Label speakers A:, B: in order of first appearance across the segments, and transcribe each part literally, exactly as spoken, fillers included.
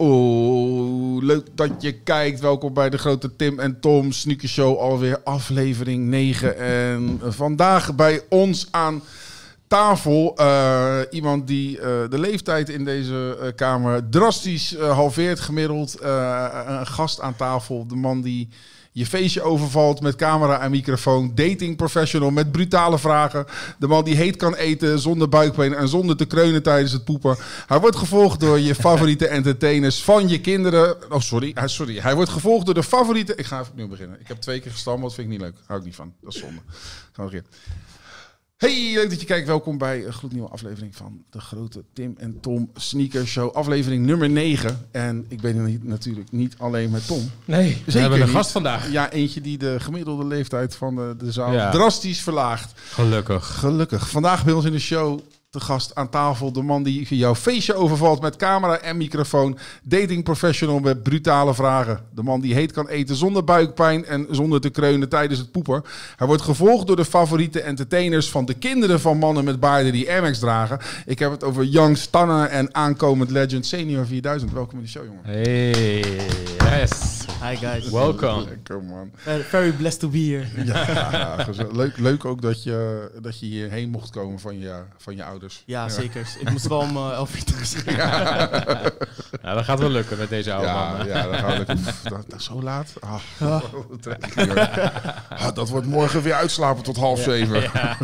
A: Oh, leuk dat je kijkt. Welkom bij de grote Tim en Tom Sneaker Show, alweer aflevering negen. En vandaag bij ons aan tafel uh, iemand die uh, de leeftijd in deze uh, kamer drastisch uh, halveert gemiddeld. Uh, een gast aan tafel, de man die je feestje overvalt met camera en microfoon. Dating professional met brutale vragen. De man die heet kan eten zonder buikpijn en zonder te kreunen tijdens het poepen. Hij wordt gevolgd door je favoriete entertainers van je kinderen. Oh, sorry. sorry. Hij wordt gevolgd door de favoriete... Ik ga even opnieuw beginnen. Ik heb twee keer gestampt, dat vind ik niet leuk. Hou ik niet van. Dat is zonde. Gaan we beginnen. Hey, leuk dat je kijkt. Welkom bij een gloednieuwe aflevering van de grote Tim en Tom Sneaker Show. Aflevering nummer negen. En ik ben hier natuurlijk niet alleen met Tom.
B: Nee, we
A: Zeker
B: hebben een
A: niet.
B: gast vandaag.
A: Ja, eentje die de gemiddelde leeftijd van de, de zaal
B: Ja.
A: drastisch verlaagt.
B: Gelukkig.
A: Gelukkig. Vandaag bij ons in de show de gast aan tafel. De man die jouw feestje overvalt met camera en microfoon. Dating professional met brutale vragen. De man die heet kan eten zonder buikpijn en zonder te kreunen tijdens het poepen. Hij wordt gevolgd door de favoriete entertainers van de kinderen van mannen met baarden die Air Max dragen. Ik heb het over Young Stunner en aankomend legend Senior vierduizend. Welkom in de show, jongen.
B: Hey, yes.
C: Hi guys.
B: Welcome.
A: Lekker, man.
C: Very, very blessed to be here.
A: Ja, gezellig. leuk, leuk ook dat je, dat je hierheen mocht komen van je, van je ouders.
C: Ja, zeker. Ik moest wel om uh, elf uur terug zijn.
A: Ja.
B: Nou, dat gaat wel lukken met deze oude
A: Ja,
B: man.
A: ja, dan gaan we lekker. Dat, dat is zo laat. Ah, oh. Ah, dat wordt morgen weer uitslapen tot half zeven. Ja.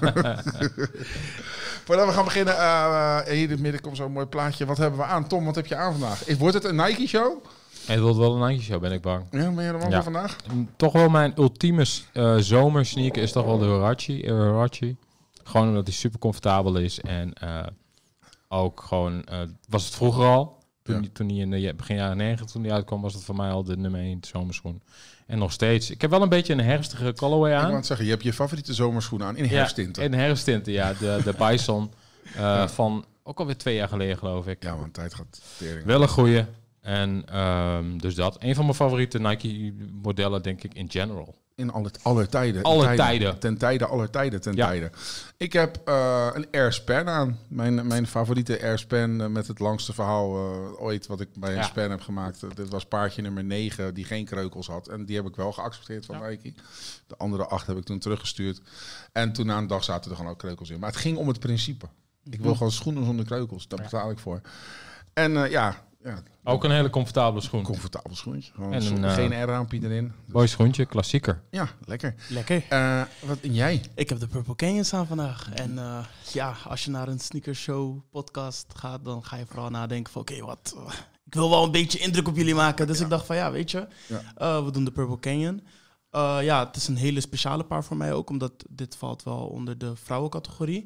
A: Voordat we gaan beginnen, uh, hier in het midden komt zo'n mooi plaatje. Wat hebben we aan? Tom, wat heb je aan vandaag? Is, wordt het een Nike-show?
B: Het wordt wel een Nike show, ben ik bang.
A: Ja, ben je er man
B: Ja.
A: voor vandaag?
B: Toch wel mijn ultieme uh, zomersneaker is toch wel de Huarache. Huarache. Gewoon omdat hij super comfortabel is. En uh, ook gewoon, uh, was het vroeger al. Toen,
A: Ja.
B: die, toen die in de begin jaren negentig, toen die uitkwam, was het voor mij al de nummer één zomerschoen. En nog steeds. Ik heb wel een beetje een herfstige colorway
A: Ik
B: aan.
A: wou het zeggen, je hebt je favoriete zomerschoenen aan in herfsttinten.
B: Ja, in herfsttinten, ja. De, de Bison uh, ja. van ook alweer twee jaar geleden, geloof ik.
A: Ja, want tijd gaat tering.
B: Wel een goeie. En um, dus dat. Een van mijn favoriete Nike-modellen, denk ik, in general.
A: In alle, aller tijden.
B: Alle
A: tijden.
B: tijden.
A: Ten tijde, aller tijden, ten
B: Ja.
A: tijde. Ik heb uh, een Airspan aan. Mijn, mijn favoriete Airspan uh, met het langste verhaal uh, ooit wat ik bij een
B: Ja.
A: Span heb gemaakt. Uh, dit was paardje nummer negen die geen kreukels had. En die heb ik wel geaccepteerd van
B: Ja.
A: Nike. De andere acht heb ik toen teruggestuurd. En toen na een dag zaten er gewoon ook kreukels in. Maar het ging om het principe. Ik wil gewoon schoenen zonder kreukels. Daar betaal ik voor. En uh, ja... ja
B: Ook een hele comfortabele schoen.
A: comfortabel schoentje. Gewoon
B: En
A: zo-
B: een, uh,
A: geen R-raampje erin.
B: Mooi schoentje, klassieker.
A: Ja, lekker.
C: Lekker.
A: Uh, wat en jij?
C: Ik heb de Purple Canyons aan vandaag. En uh, ja, als je naar een sneaker show podcast gaat, dan ga je vooral nadenken van oké, okay, wat... Uh, ik wil wel een beetje indruk op jullie maken. Dus
A: Ja.
C: ik dacht van ja, weet je,
A: Ja.
C: uh, we doen de Purple Canyon. Uh, ja, het is een hele speciale paar voor mij ook, omdat dit valt wel onder de vrouwencategorie.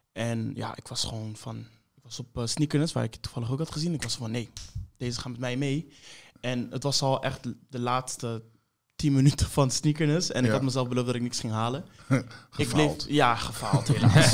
C: En ja, ik was gewoon van... Ik was op uh, Sneakerness, waar ik het toevallig ook had gezien. Ik was van nee, deze gaan met mij mee. En het was al echt de laatste tien minuten van Sneakerness. En
A: Ja.
C: ik had mezelf beloofd dat ik niks ging halen. Ik
A: Gefaald.
C: bleef, ja, gefaald helaas.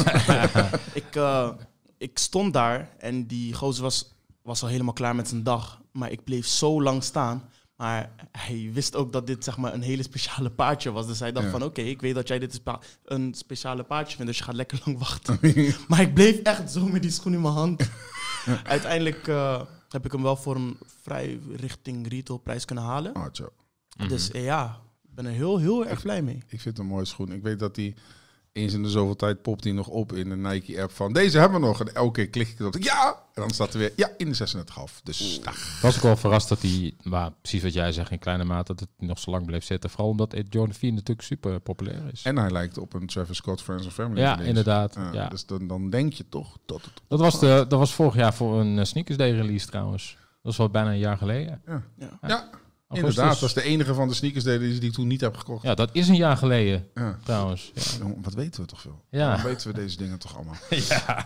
C: ik, uh, ik stond daar en die gozer was, was al helemaal klaar met zijn dag. Maar ik bleef zo lang staan. Maar hij wist ook dat dit zeg maar een hele speciale paardje was. Dus hij dacht
A: Ja.
C: van oké, okay, ik weet dat jij dit spa- een speciale paardje vindt. Dus je gaat lekker lang wachten. Maar ik bleef echt zo met die schoen in mijn hand. Uiteindelijk uh, heb ik hem wel voor een vrij richting retailprijs kunnen halen.
A: Oh, zo.
B: Mm-hmm.
C: Dus uh, ja, ik ben er heel, heel erg blij mee.
A: Ik vind het een mooie schoen. Ik weet dat die eens in de zoveel tijd popt die nog op in de Nike-app van deze hebben we nog. En elke keer klik ik erop. Ja! En dan staat er weer ja in de zesendertig komma vijf. Dus ja.
B: Was ik wel verrast dat hij, maar precies wat jij zegt, in kleine mate, dat het nog zo lang bleef zitten. Vooral omdat Jordan vier natuurlijk super populair is.
A: En hij lijkt op een Travis Scott Friends and Family.
B: Ja,
A: van deze.
B: inderdaad.
A: Ja,
B: Ja.
A: Dus dan, dan denk je toch dat het...
B: Dat was, de, dat was vorig jaar voor een uh, Sneakers Day release trouwens. Dat was wel bijna een jaar geleden.
A: Ja,
C: Ja.
A: ja
B: Augustus.
A: inderdaad. Dat is de enige van de sneakers die ik toen niet heb gekocht.
B: Ja, dat is een jaar geleden
A: Ja.
B: trouwens. Ja.
A: Jongen, wat weten we toch veel?
B: Ja.
A: Dan weten we deze dingen toch allemaal.
B: Ja.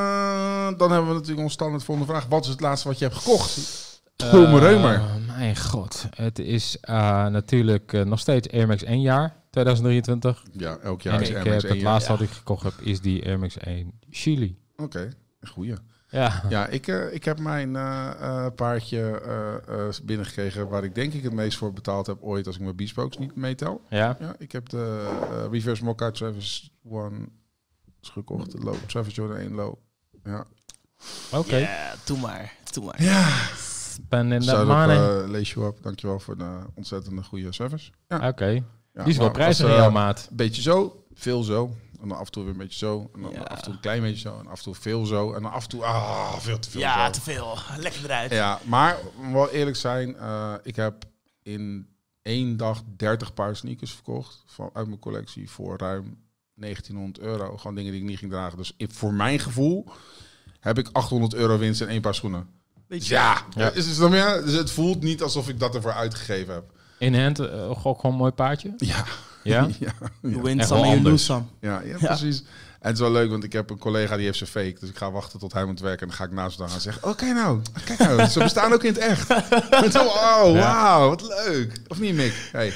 A: Uh, dan hebben we natuurlijk ons standaard volgende vraag. Wat is het laatste wat je hebt gekocht? Tom Reumer.
B: Uh, mijn god. Het is uh, natuurlijk uh, nog steeds Air Max één jaar, twintig drieëntwintig.
A: Ja, elk jaar
B: En
A: is
B: ik
A: Air
B: heb
A: Max
B: het
A: één jaar.
B: laatste
C: Ja.
B: wat ik gekocht heb, is die Air Max één Chili.
A: Oké, okay. Goeie.
B: Ja.
A: Ja, ik, uh, ik heb mijn uh, uh, paardje uh, uh, binnengekregen waar ik denk ik het meest voor betaald heb ooit als ik mijn Bespokes niet meetel.
B: Ja.
A: Ja, ik heb de uh, Reverse Mokka Travis One gekocht. De low, Travis Jordan één low. Ja.
B: Oké. Okay.
C: Ja, doe maar. Doe maar.
A: Ja.
B: Spending that
A: Shout
B: money.
A: up, uh, lees je op. Dankjewel voor de ontzettende goede service. Ja.
B: Oké. Okay.
A: Ja,
B: Die is wel
A: maar
B: prijzig
A: als,
B: in
A: uh,
B: jouw maat.
A: Een beetje zo, veel zo. En dan af en toe weer een beetje zo. En dan
C: Ja.
A: af en toe een klein beetje zo. En af en toe veel zo. En dan af en toe, ah, veel te veel
C: Ja,
A: zo.
C: te veel. Lekker eruit.
A: Ja, maar wel eerlijk zijn. Uh, ik heb in één dag dertig paar sneakers verkocht. Van, uit mijn collectie voor ruim negentienhonderd euro. Gewoon dingen die ik niet ging dragen. Dus ik, voor mijn gevoel heb ik achthonderd euro winst in één paar schoenen.
C: Weet je?
A: Ja,
B: Ja.
A: Is, is het, meer? Dus het voelt niet alsof ik dat ervoor uitgegeven heb.
B: In hand, uh, gewoon een mooi paardje.
A: Ja.
B: Ja?
A: ja,
C: You
A: ja.
C: win
B: Echt
C: some
B: wel
C: and you
B: anders.
C: lose some.
A: Ja, ja, precies. En het is wel leuk, want ik heb een collega die heeft zijn fake. Dus ik ga wachten tot hij moet werken. En dan ga ik naast hem gaan zeggen... Oké nou, kijk nou, ze bestaan ook in het echt. En zo, oh, wauw, wat leuk. Of niet, Mick? Hey.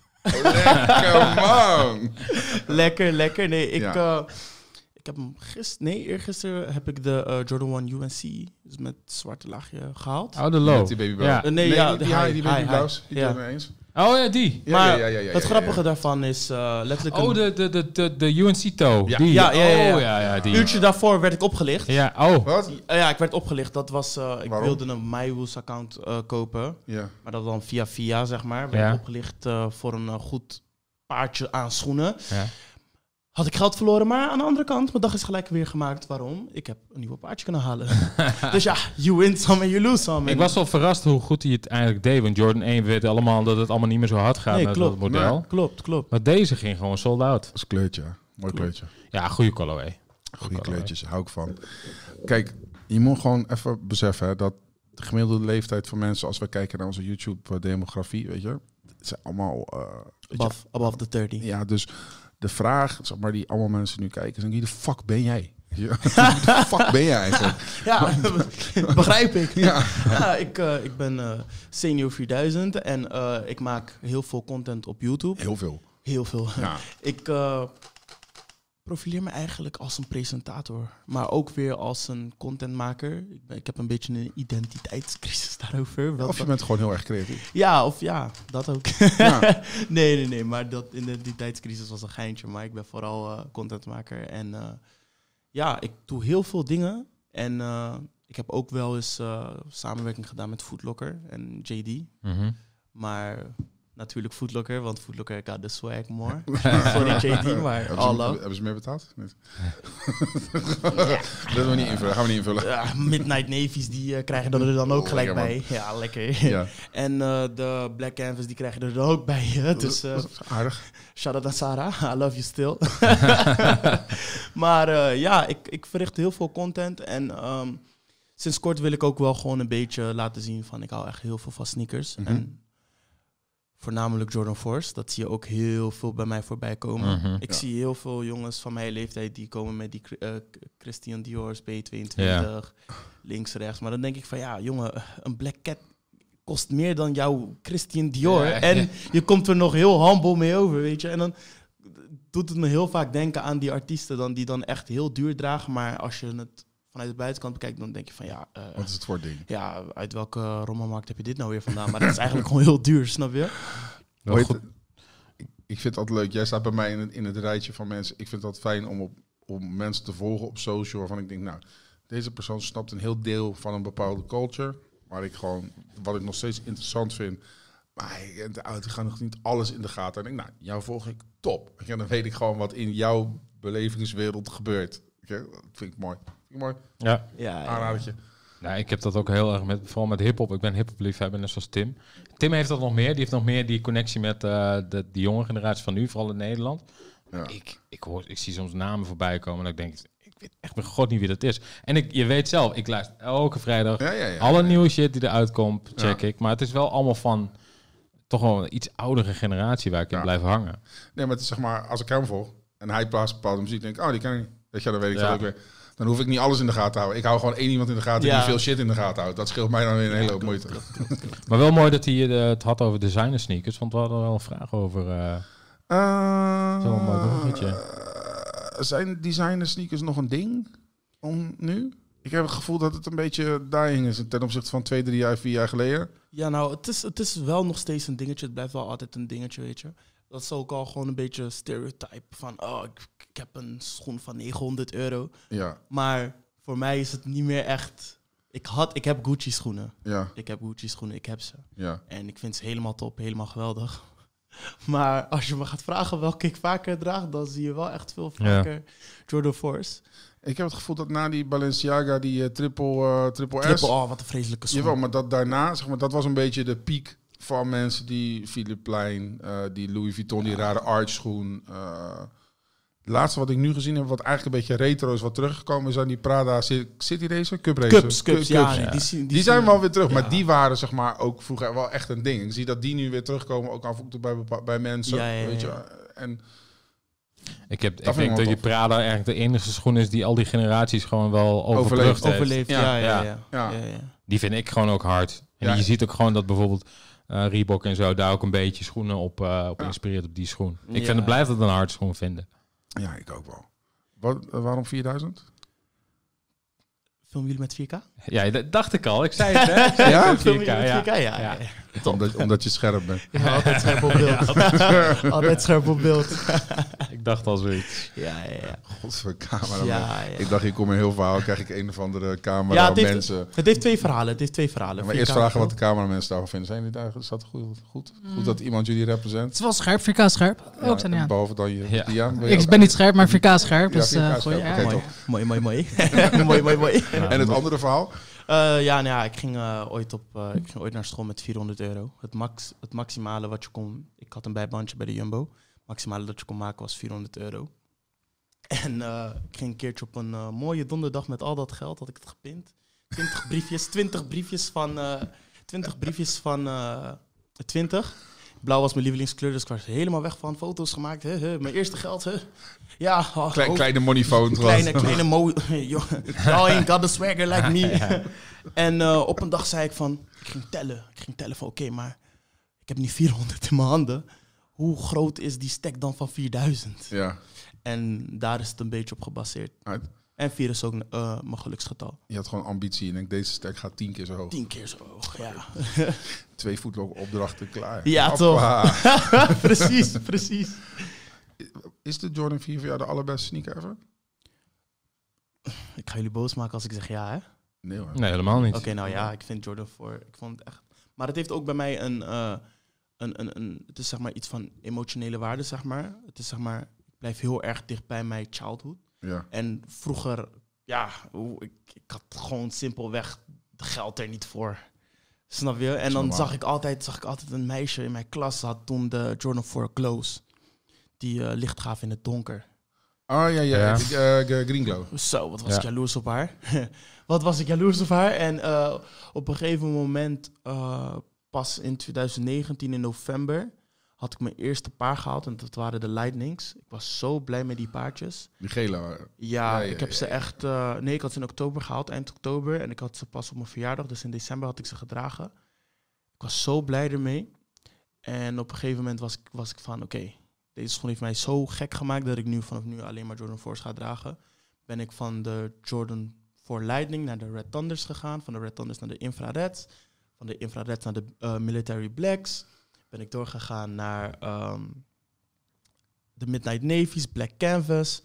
A: Lekker, man.
C: Lekker, lekker. Nee, ik,
A: Ja.
C: uh, ik heb hem gisteren... Nee, eergisteren heb ik de uh, Jordan one U N C dus met zwarte laagje gehaald.
B: Oh, de
A: Ja,
B: low.
A: die babyblauw.
B: Ja.
C: Uh, nee, ja,
A: die,
C: de
A: die,
C: high,
A: die, die
C: high,
A: babyblauws.
C: high.
A: Die
C: Ja.
A: doen we eens.
B: Oh ja, die.
A: Ja,
C: Maar
A: ja, ja, ja, ja,
C: het
A: ja,
C: grappige
A: ja.
C: daarvan is uh, letterlijk
B: Oh,
C: een
B: de, de, de, de, de U N C-toe.
A: Ja.
B: Die.
C: Ja, ja, ja, ja.
B: Oh, ja, ja, die.
C: uurtje daarvoor werd ik opgelicht.
B: Ja, oh.
A: Wat?
C: Uh, ja, ik werd opgelicht. Dat was... Uh, ik
A: Waarom?
C: wilde een MyWoos-account uh, kopen.
A: Ja.
C: Maar dat dan via via, zeg maar. Werd
B: Ja.
C: ik opgelicht uh, voor een uh, goed paardje aan schoenen.
B: Ja.
C: Had ik geld verloren, maar aan de andere kant, mijn dag is gelijk weer gemaakt. Waarom? Ik heb een nieuwe paardje kunnen halen. Dus ja, you win some and you lose some.
B: Ik was wel verrast hoe goed hij het eigenlijk deed. Want Jordan één weet allemaal dat het allemaal niet meer zo hard gaat
C: Nee,
B: met
C: klopt.
B: dat model.
A: Nee.
C: Klopt, klopt.
B: Maar deze ging gewoon sold out.
A: Dat is een kleurtje. Mooi
C: Klopt.
A: kleurtje.
B: Ja, goede colorway.
A: Goede kleurtjes, hou ik van. Kijk, je moet gewoon even beseffen hè, dat de gemiddelde leeftijd van mensen, als we kijken naar onze YouTube-demografie, weet je, het zijn allemaal... Uh, weet je,
C: Above, above the dertig.
A: ja, dus de vraag, zeg maar, die allemaal mensen nu kijken, is: wie de fuck ben jij? Wie de fuck ben jij eigenlijk?
C: Ja, begrijp ik.
A: Ja.
C: Ja, ik, uh, ik ben uh, senior vierduizend en uh, ik maak heel veel content op YouTube.
A: Heel veel.
C: Heel veel.
A: Ja.
C: Ik uh, profileer me eigenlijk als een presentator, maar ook weer als een contentmaker. Ik, ben, ik heb een beetje een identiteitscrisis daarover. Wel,
A: Of je bent gewoon heel erg creatief.
C: ja, of ja, dat ook.
A: Ja.
C: nee, nee, nee, maar dat identiteitscrisis was een geintje, maar ik ben vooral uh, contentmaker. En uh, ja, ik doe heel veel dingen. En uh, ik heb ook wel eens uh, samenwerking gedaan met Foodlocker en J D.
B: Mhm.
C: Maar natuurlijk Foodlocker, want Foodlocker got the swag more. Sorry J D, maar
A: Hebben
C: all
A: ze,
C: love.
A: hebben ze meer betaald? Niet. Dat willen we niet invullen. Gaan we niet invullen.
C: Ja, Midnight Navies, die uh, krijgen er dan ook
A: Oh,
C: gelijk
A: lekker,
C: bij. Ja, lekker.
A: Ja.
C: En uh, de Black Canvas, die krijgen er dan ook bij. Hè? Dus uh,
A: Dat is aardig.
C: shout-out aan Sarah, I love you still. Maar uh, ja, ik, ik verricht heel veel content. En um, sinds kort wil ik ook wel gewoon een beetje laten zien van... ik hou echt heel veel van sneakers.
A: Mhm.
C: En voornamelijk Jordan Force. Dat zie je ook heel veel bij mij voorbij komen.
B: Mhm.
C: Ik
A: Ja.
C: zie heel veel jongens van mijn leeftijd die komen met die uh, Christian Dior's B tweeëntwintig. Links, rechts. Maar dan denk ik van ja, jongen, een Black Cat kost meer dan jouw Christian Dior.
B: Ja,
C: en
B: ja.
C: je komt er nog heel humble mee over, weet je. En dan doet het me heel vaak denken aan die artiesten dan, die dan echt heel duur dragen. Maar als je het vanuit de buitenkant bekijkt, dan denk je van ja... Uh,
A: Wat is het voor ding?
C: ja, uit welke rommelmarkt heb je dit nou weer vandaan? Maar dat is eigenlijk gewoon heel duur, snap je?
B: Wel
A: Weet-
B: goed.
A: ik, ik vind het altijd leuk. Jij staat bij mij in het, in het rijtje van mensen. Ik vind het altijd fijn om, op, om mensen te volgen op social. Waarvan ik denk, nou, deze persoon snapt een heel deel van een bepaalde culture. Waar ik gewoon, wat ik nog steeds interessant vind. Maar hij, de auto gaat nog niet alles in de gaten. En ik denk, nou, jou volg ik top. Ja, dan weet ik gewoon wat in jouw belevingswereld gebeurt. Okay? Dat vind ik mooi. Vind ik mooi.
B: Ja.
C: Ja, ja.
A: Aanradertje.
B: Nou, ik heb dat ook heel erg met, vooral met hip-hop. Ik ben hip-hop liefhebber, net zoals Tim. Tim heeft dat nog meer. Die heeft nog meer die connectie met uh, de, die jonge generatie van nu, vooral in Nederland.
A: Ja.
B: Ik, ik, hoor, ik zie soms namen voorbij komen en ik denk, ik weet echt bij god niet wie dat is. En ik, je weet zelf, ik luister elke vrijdag
A: Ja, ja, ja.
B: alle nieuwe shit die eruit komt, check
A: Ja.
B: ik. Maar het is wel allemaal van toch wel een iets oudere generatie waar ik in
A: Ja.
B: blijf hangen.
A: Nee, maar het is zeg maar, als ik hem volg en hij plaatst bepaalde muziek, denk ik, oh, die ken ik niet. Weet je, dan weet ik
B: Ja.
A: dat ook weer. Dan hoef ik niet alles in de gaten te houden. Ik hou gewoon één iemand in de gaten
C: Ja.
A: die veel shit in de gaten houdt. Dat scheelt mij dan weer een hele hoop moeite.
B: Maar wel mooi dat hij uh, het had over designer sneakers, want we hadden wel een vraag over... Uh,
A: Uh,
B: Zo, een mooi bruggetje.
A: uh, zijn designer sneakers nog een ding om nu? Ik heb het gevoel dat het een beetje dying is ten opzichte van twee, drie jaar, vier jaar geleden.
C: Ja, nou, het is, het is wel nog steeds een dingetje. Het blijft wel altijd een dingetje, weet je. Dat is ook al gewoon een beetje stereotype van... oh, ik, ik heb een schoen van negenhonderd euro.
A: Ja,
C: Maar voor mij is het niet meer echt... Ik, had, ik heb Gucci schoenen.
A: Ja,
C: Ik heb Gucci schoenen, ik heb ze.
A: ja.
C: En ik vind ze helemaal top, helemaal geweldig. Maar als je me gaat vragen welke ik vaker draag, dan zie je wel echt veel vaker Jordan fours.
A: Ik heb het gevoel dat na die Balenciaga, die uh, triple, uh, triple S...
C: Triple, oh, wat een vreselijke schoen.
A: Jawel, maar dat daarna, zeg maar, dat was een beetje de piek van mensen die Philippe Plein, uh, die Louis Vuitton, die rare arch-schoen. Uh, het laatste wat ik nu gezien heb, wat eigenlijk een beetje retro is, wat teruggekomen is aan die Prada City Racer, Cup Racer.
C: Cups, cups, ja. Nee, die,
A: Die,
C: die, die
A: zijn
C: zien-
A: wel weer terug,
C: ja.
A: maar die waren zeg maar ook vroeger wel echt een ding. Ik zie dat die nu weer terugkomen, ook af en toe bij, bepa- bij mensen.
C: Ja, ja, ja,
A: Weet je.
C: ja.
A: En
B: Ik, heb,
A: Dat
B: ik
A: vind ik
B: denk dat
A: wel
B: je Prada eigenlijk de enige schoen is die al die generaties gewoon wel overbrugd heeft.
C: Overleefd,
A: Ja,
C: ja, ja, ja.
A: ja.
C: ja. ja, ja.
B: Die vind ik gewoon ook hard. En
A: Ja.
B: je ziet ook gewoon dat bijvoorbeeld uh, Reebok en zo daar ook een beetje schoenen op, uh, op
A: Ja.
B: inspireert op die schoen. Ik
C: Ja.
B: vind het blijft het een hard schoen vinden.
A: ja, ik ook wel. Wat, uh, waarom vierduizend?
C: Filmen jullie met vier K?
B: Ja, dat dacht ik al. Ik zei het, hè? Ik zei
A: Ja?
B: het met
C: Filmen
B: vier K,
C: jullie met vier K? Ja.
B: ja.
C: ja.
B: Ja.
C: ja.
A: Omdat, omdat je scherp bent.
C: Ja, altijd scherp op beeld. Altijd scherp op beeld.
B: Ik dacht al zoiets.
C: Ja, ja, ja.
A: Godver camera.
C: ja, ja.
A: Ik dacht, hier kom een heel verhaal, krijg ik een of andere camera
C: Ja, het heeft-
A: mensen.
C: Het heeft twee verhalen. Het heeft twee verhalen.
A: Ja, maar
C: vier K
A: eerst vragen wat de
C: film.
A: cameramensen daarvan vinden. Zijn jullie daar? Is dat goed? Goed, goed dat iemand jullie represent?
D: Het is wel scherp, vier K scherp.
A: Ja,
D: Ook zijn, ja.
A: Behalve dan je.
B: Ja.
A: Ja, ben je
D: Ik
A: ook-
D: ben niet scherp, maar vier K scherp.
A: Ja,
D: Dus,
A: vier K
D: eh,
A: scherp,
D: goeie, ja,
A: oké,
D: mooi.
A: top.
C: Mooi, mooi, mooi. mooi, mooi, mooi.
A: En het andere verhaal?
C: Uh, ja, nou ja, ik ging, uh, ooit op, uh, ik ging ooit naar school met vierhonderd euro. Het, max, het maximale wat je kon... Ik had een bijbandje bij de Jumbo. Het maximale dat je kon maken was vierhonderd euro. En uh, ik ging een keertje op een uh, mooie donderdag met al dat geld, had ik het gepind. twintig briefjes, twintig briefjes van... Uh, twintig briefjes van... Uh, twintig. Blauw was mijn lievelingskleur, dus ik was helemaal weg van. Foto's gemaakt, hè, hè, mijn eerste geld. Hè. Ja, oh,
A: Klein,
C: oh,
A: kleine moneyphone.
C: kleine, kleine mo... Y'all ain't got a swagger like me. En uh, op een dag zei ik van... Ik ging tellen. Ik ging tellen van, oké, okay, maar... Ik heb nu vierhonderd in mijn handen. Hoe groot is die stack dan van vierduizend?
A: Ja.
C: En daar is het een beetje op gebaseerd.
A: Uit.
C: En vier is ook uh, mijn geluksgetal.
A: Je had gewoon ambitie en denk deze stack gaat tien keer zo hoog.
C: Tien keer zo hoog, ja.
A: Twee voetloop opdrachten klaar.
C: Ja,
A: Hoppa.
C: toch? Precies, precies.
A: Is de Jordan vier voor jou de allerbeste sneaker ever?
C: Ik ga jullie boos maken als ik zeg ja, hè?
A: Nee hoor.
B: Nee, helemaal niet.
C: Oké, okay, nou ja, ik vind Jordan voor... Ik vond het echt... Maar het heeft ook bij mij een, uh, een, een, een... Het is zeg maar iets van emotionele waarde, zeg maar. Het is zeg maar... Ik blijf heel erg dicht bij mijn childhood.
A: Ja.
C: En vroeger... Ja, ik, ik had gewoon simpelweg de geld er niet voor. Snap je? En dan zag ik, altijd, zag ik altijd een meisje in mijn klas... had toen de Jordan four Glows. Die uh, licht gaf in het donker.
A: Oh ja, ja.
B: Ja.
A: Ik, uh, Green Glow.
C: Zo, wat was
B: Ja.
C: ik jaloers op haar. Wat was ik jaloers op haar. En uh, op een gegeven moment, uh, pas in twintig negentien in november... had ik mijn eerste paar gehaald. En dat waren de Lightnings. Ik was zo blij met die paardjes.
A: Die gele.
C: Ja,
A: Ja, ja,
C: ik heb
A: ja,
C: ze
A: ja.
C: echt... Uh, nee, ik had ze in oktober gehaald, eind oktober. En ik had ze pas op mijn verjaardag. Dus in december had ik ze gedragen. Ik was zo blij ermee. En op een gegeven moment was ik, was ik van... Oké, okay, deze schoen heeft mij zo gek gemaakt... dat ik nu vanaf nu alleen maar Jordan fours ga dragen. Ben ik van de Jordan four Lightning naar de Red Thunders gegaan. Van de Red Thunders naar de Infrareds. Van de Infrareds naar de uh, Military Blacks. Ben ik doorgegaan naar um, de Midnight Navies, Black Canvas.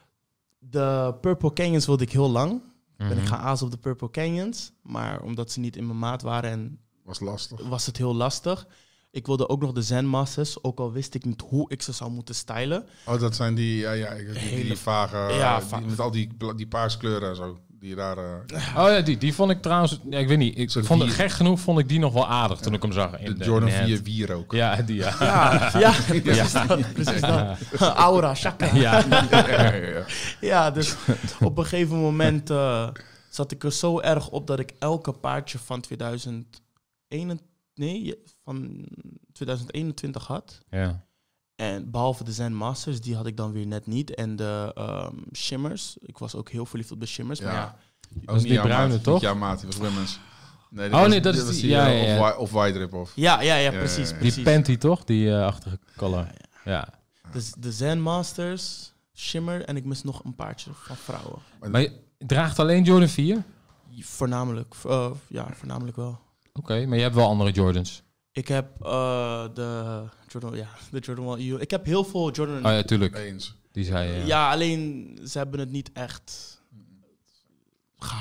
C: De Purple Canyons wilde ik heel lang.
B: Mhm.
C: Ben ik gaan azen op de Purple Canyons. Maar omdat ze niet in mijn maat waren, en
A: Was lastig.
C: was het heel lastig. Ik wilde ook nog de Zen Masters. Ook al wist ik niet hoe ik ze zou moeten stylen.
A: Oh, dat zijn die, ja, ja, die, die,
C: Hele-
A: die vage,
C: Ja,
A: die-
C: va-
A: met al die, bla- die paarskleuren en zo. Die daar, uh,
B: Oh ja, die, die vond ik trouwens... Ja, ik weet niet. Ik
A: Zo'n
B: vond het
A: vier-
B: gek genoeg vond ik die nog wel aardig toen ik hem zag. In
A: de
B: de,
A: Jordan
B: in de hand.
A: vier wierook.
B: Ja, die ja.
C: Ja, ja, precies dat. Precies dat. Aura, chakra.
B: Ja.
A: Ja, ja, ja.
C: Ja, dus op een gegeven moment uh, zat ik er zo erg op dat ik elke paardje van tweeduizend één, nee, van tweeduizend eenentwintig had.
B: ja.
C: En behalve de Zen Masters, die had ik dan weer net niet. En de um, Shimmers, ik was ook heel verliefd op de Shimmers.
A: Ja.
C: Maar ja,
A: Ook
B: is
A: niet
B: die
A: jouw
B: bruine,
A: maat,
B: toch?
A: Niet jouw maat, die was women's. Nee,
B: Oh,
A: was,
B: nee, dat is
A: was
B: die-
A: die,
B: ja,
A: uh,
B: ja, ja.
A: Of, wi- of white rip-off.
C: ja, ja, ja,
A: Ja,
C: precies.
A: ja, ja.
B: Die
C: precies.
B: panty toch? Die uh, achtige color. Ja.
C: Dus de Zen Masters, Shimmer en ik mis nog een paardje van vrouwen.
B: Maar je draagt alleen Jordan vier? Oké,
C: Voornamelijk, uh, ja, voornamelijk wel.
B: maar je hebt wel andere Jordans.
C: Ik heb uh, de Jordan, ja, de Jordan one E U. Ik heb heel veel Jordan.
B: Oh ja, tuurlijk.
A: Eens.
B: Die zei je.
C: ja. alleen ze hebben het niet echt gehaald.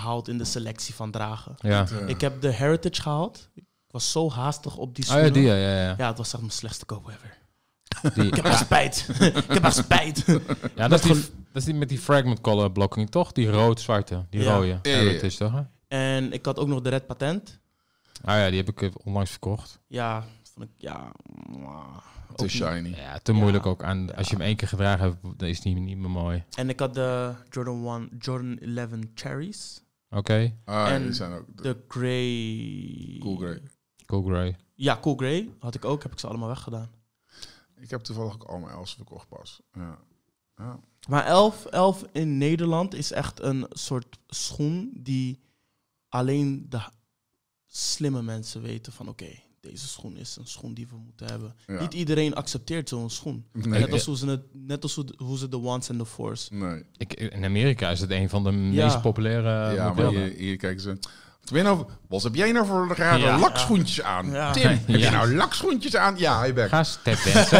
C: gehaald in de selectie van dragen.
B: Ja.
A: Het, uh,
C: Ik heb de Heritage gehaald. Ik was zo haastig op die
B: Oh
C: schoenen.
B: ja, die, ja, ja. ja.
C: Ja, het was echt mijn slechtste koop ever.
B: Die,
C: Ik heb echt spijt. Ik heb echt spijt.
B: ja, dat is, die, dat is die met die fragment color blocking, toch? Die rood-zwarte, die
C: Ja.
B: rode.
A: Ja, ja, ja.
B: Heritage, toch? Hè?
C: En ik had ook nog de Red Patent.
B: Ah ja, die heb ik eh, onlangs verkocht.
C: Ja, vond ik, ja... mwah,
A: te
C: ook
A: shiny.
B: Ja, te
C: Ja.
B: moeilijk ook. Aan,
C: Ja.
B: Als je hem één keer gedragen hebt, dan is die niet meer mooi.
C: En ik had de Jordan one, Jordan elf Cherries.
B: Oké,
A: Ah,
C: En
A: die zijn ook de,
C: De Grey...
A: Cool Grey.
B: cool grey.
C: Ja, Cool Grey had ik ook. Heb ik ze allemaal weggedaan.
A: Ik heb toevallig ook al mijn Els verkocht pas. Ja. Ja.
C: Maar elf, elf in Nederland is echt een soort schoen die alleen de slimme mensen weten van oké, deze schoen is een schoen die we moeten hebben.
A: Ja.
C: Niet iedereen accepteert zo'n schoen.
A: Nee.
C: Net als hoe ze, het, net als hoe, de- hoe ze de ones en de fours.
A: Nee.
B: Ik, in Amerika is het een van de
C: Ja.
B: meest populaire
A: Ja, maar
B: modellen.
A: hier, hier kijken ze. Wat ben je nou, wat heb jij nou voor rare
B: Ja.
A: lakschoentjes aan?
C: Ja.
A: Tim, heb je
B: Ja.
A: nou lakschoentjes aan? Ja, hij bek.
B: Ga stepdansen.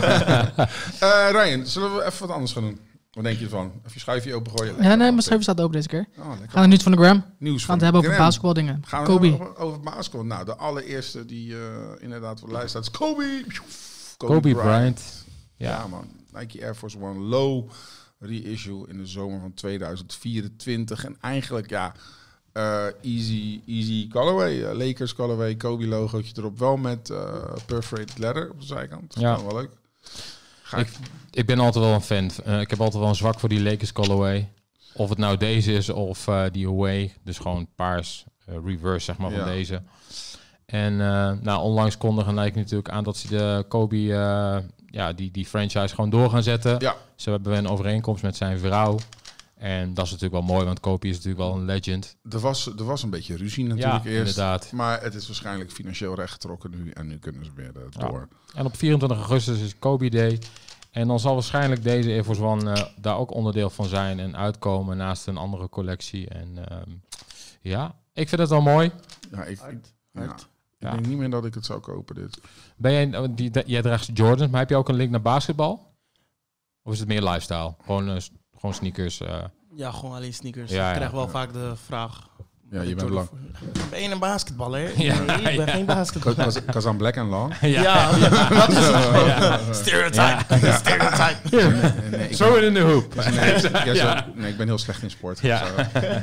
A: Eh Ryan, zullen we even wat anders gaan doen? Wat denk je ervan? Even je schuifje opengooien.
D: Ja, nee, mijn schuif staat open deze keer.
A: Oh,
D: We
A: lekker.
D: gaan het nu van de gram. We
A: Nieuws
D: gaan
A: van
D: het hebben over
A: Graham.
D: basketbaldingen.
A: Gaan we
D: Kobe.
A: het over, over basketbal? Nou, de allereerste die uh, inderdaad op de lijst staat is Kobe.
B: Kobe Bryant.
A: Ja.
B: Ja.
A: man. Nike Air Force One Low reissue in de zomer van tweeduizend vierentwintig. En eigenlijk, ja, uh, easy, easy colorway. Uh, Lakers colorway, Kobe logootje erop. Wel met uh, perforated leather op de zijkant. Dat is
B: Ja.
A: wel leuk. Ga
B: Ik, ik ben altijd wel een fan. Uh, ik heb altijd wel een zwak voor die Lakers colorway. Of het nou deze is of uh, die away. Dus gewoon paars, uh, reverse zeg maar, van
A: Ja.
B: deze. En uh, nou, onlangs kondigen Nike natuurlijk aan dat ze de Kobe, uh, ja, die, die franchise gewoon door gaan zetten.
A: Ja.
B: Ze hebben een overeenkomst met zijn vrouw. En dat is natuurlijk wel mooi, want Kobe is natuurlijk wel een legend.
A: Er was, er was een beetje ruzie natuurlijk
B: Ja,
A: eerst.
B: inderdaad.
A: Maar het is waarschijnlijk financieel rechtgetrokken nu. En nu kunnen ze weer uh, door.
B: En op vierentwintig augustus is Kobe Day. En dan zal waarschijnlijk deze Air Force One uh, daar ook onderdeel van zijn en uitkomen naast een andere collectie. En um, ja, ik vind het wel mooi.
A: Ja, ik, ik,
C: Hard,
A: ja.
C: hard.
A: ik
B: Ja.
A: denk niet meer dat ik het zou kopen, dit.
B: Ben jij, die, die, jij draagt Jordans, maar heb je ook een link naar basketbal? Of is het meer lifestyle? Gewoon, uh, gewoon sneakers? Uh,
C: Ja, gewoon alleen sneakers.
B: Ja,
C: ik
B: ja.
C: krijg wel
A: Ja.
C: vaak de vraag.
A: Ja, je bent lang.
C: Ben je een basketballer?
B: Ja,
C: Nee, ik ben
B: ja.
C: geen basketballer.
A: Kazan Black en Long.
C: Ja, ja, dat is het.
B: Ja.
C: Stereotype. Stereotype.
A: Nee, nee, ik
B: Zo
A: ben-
B: in de hoop.
A: nee, ja, zo-
B: Ja.
A: nee, ik ben heel slecht in sport.
B: Ja.
A: Zo.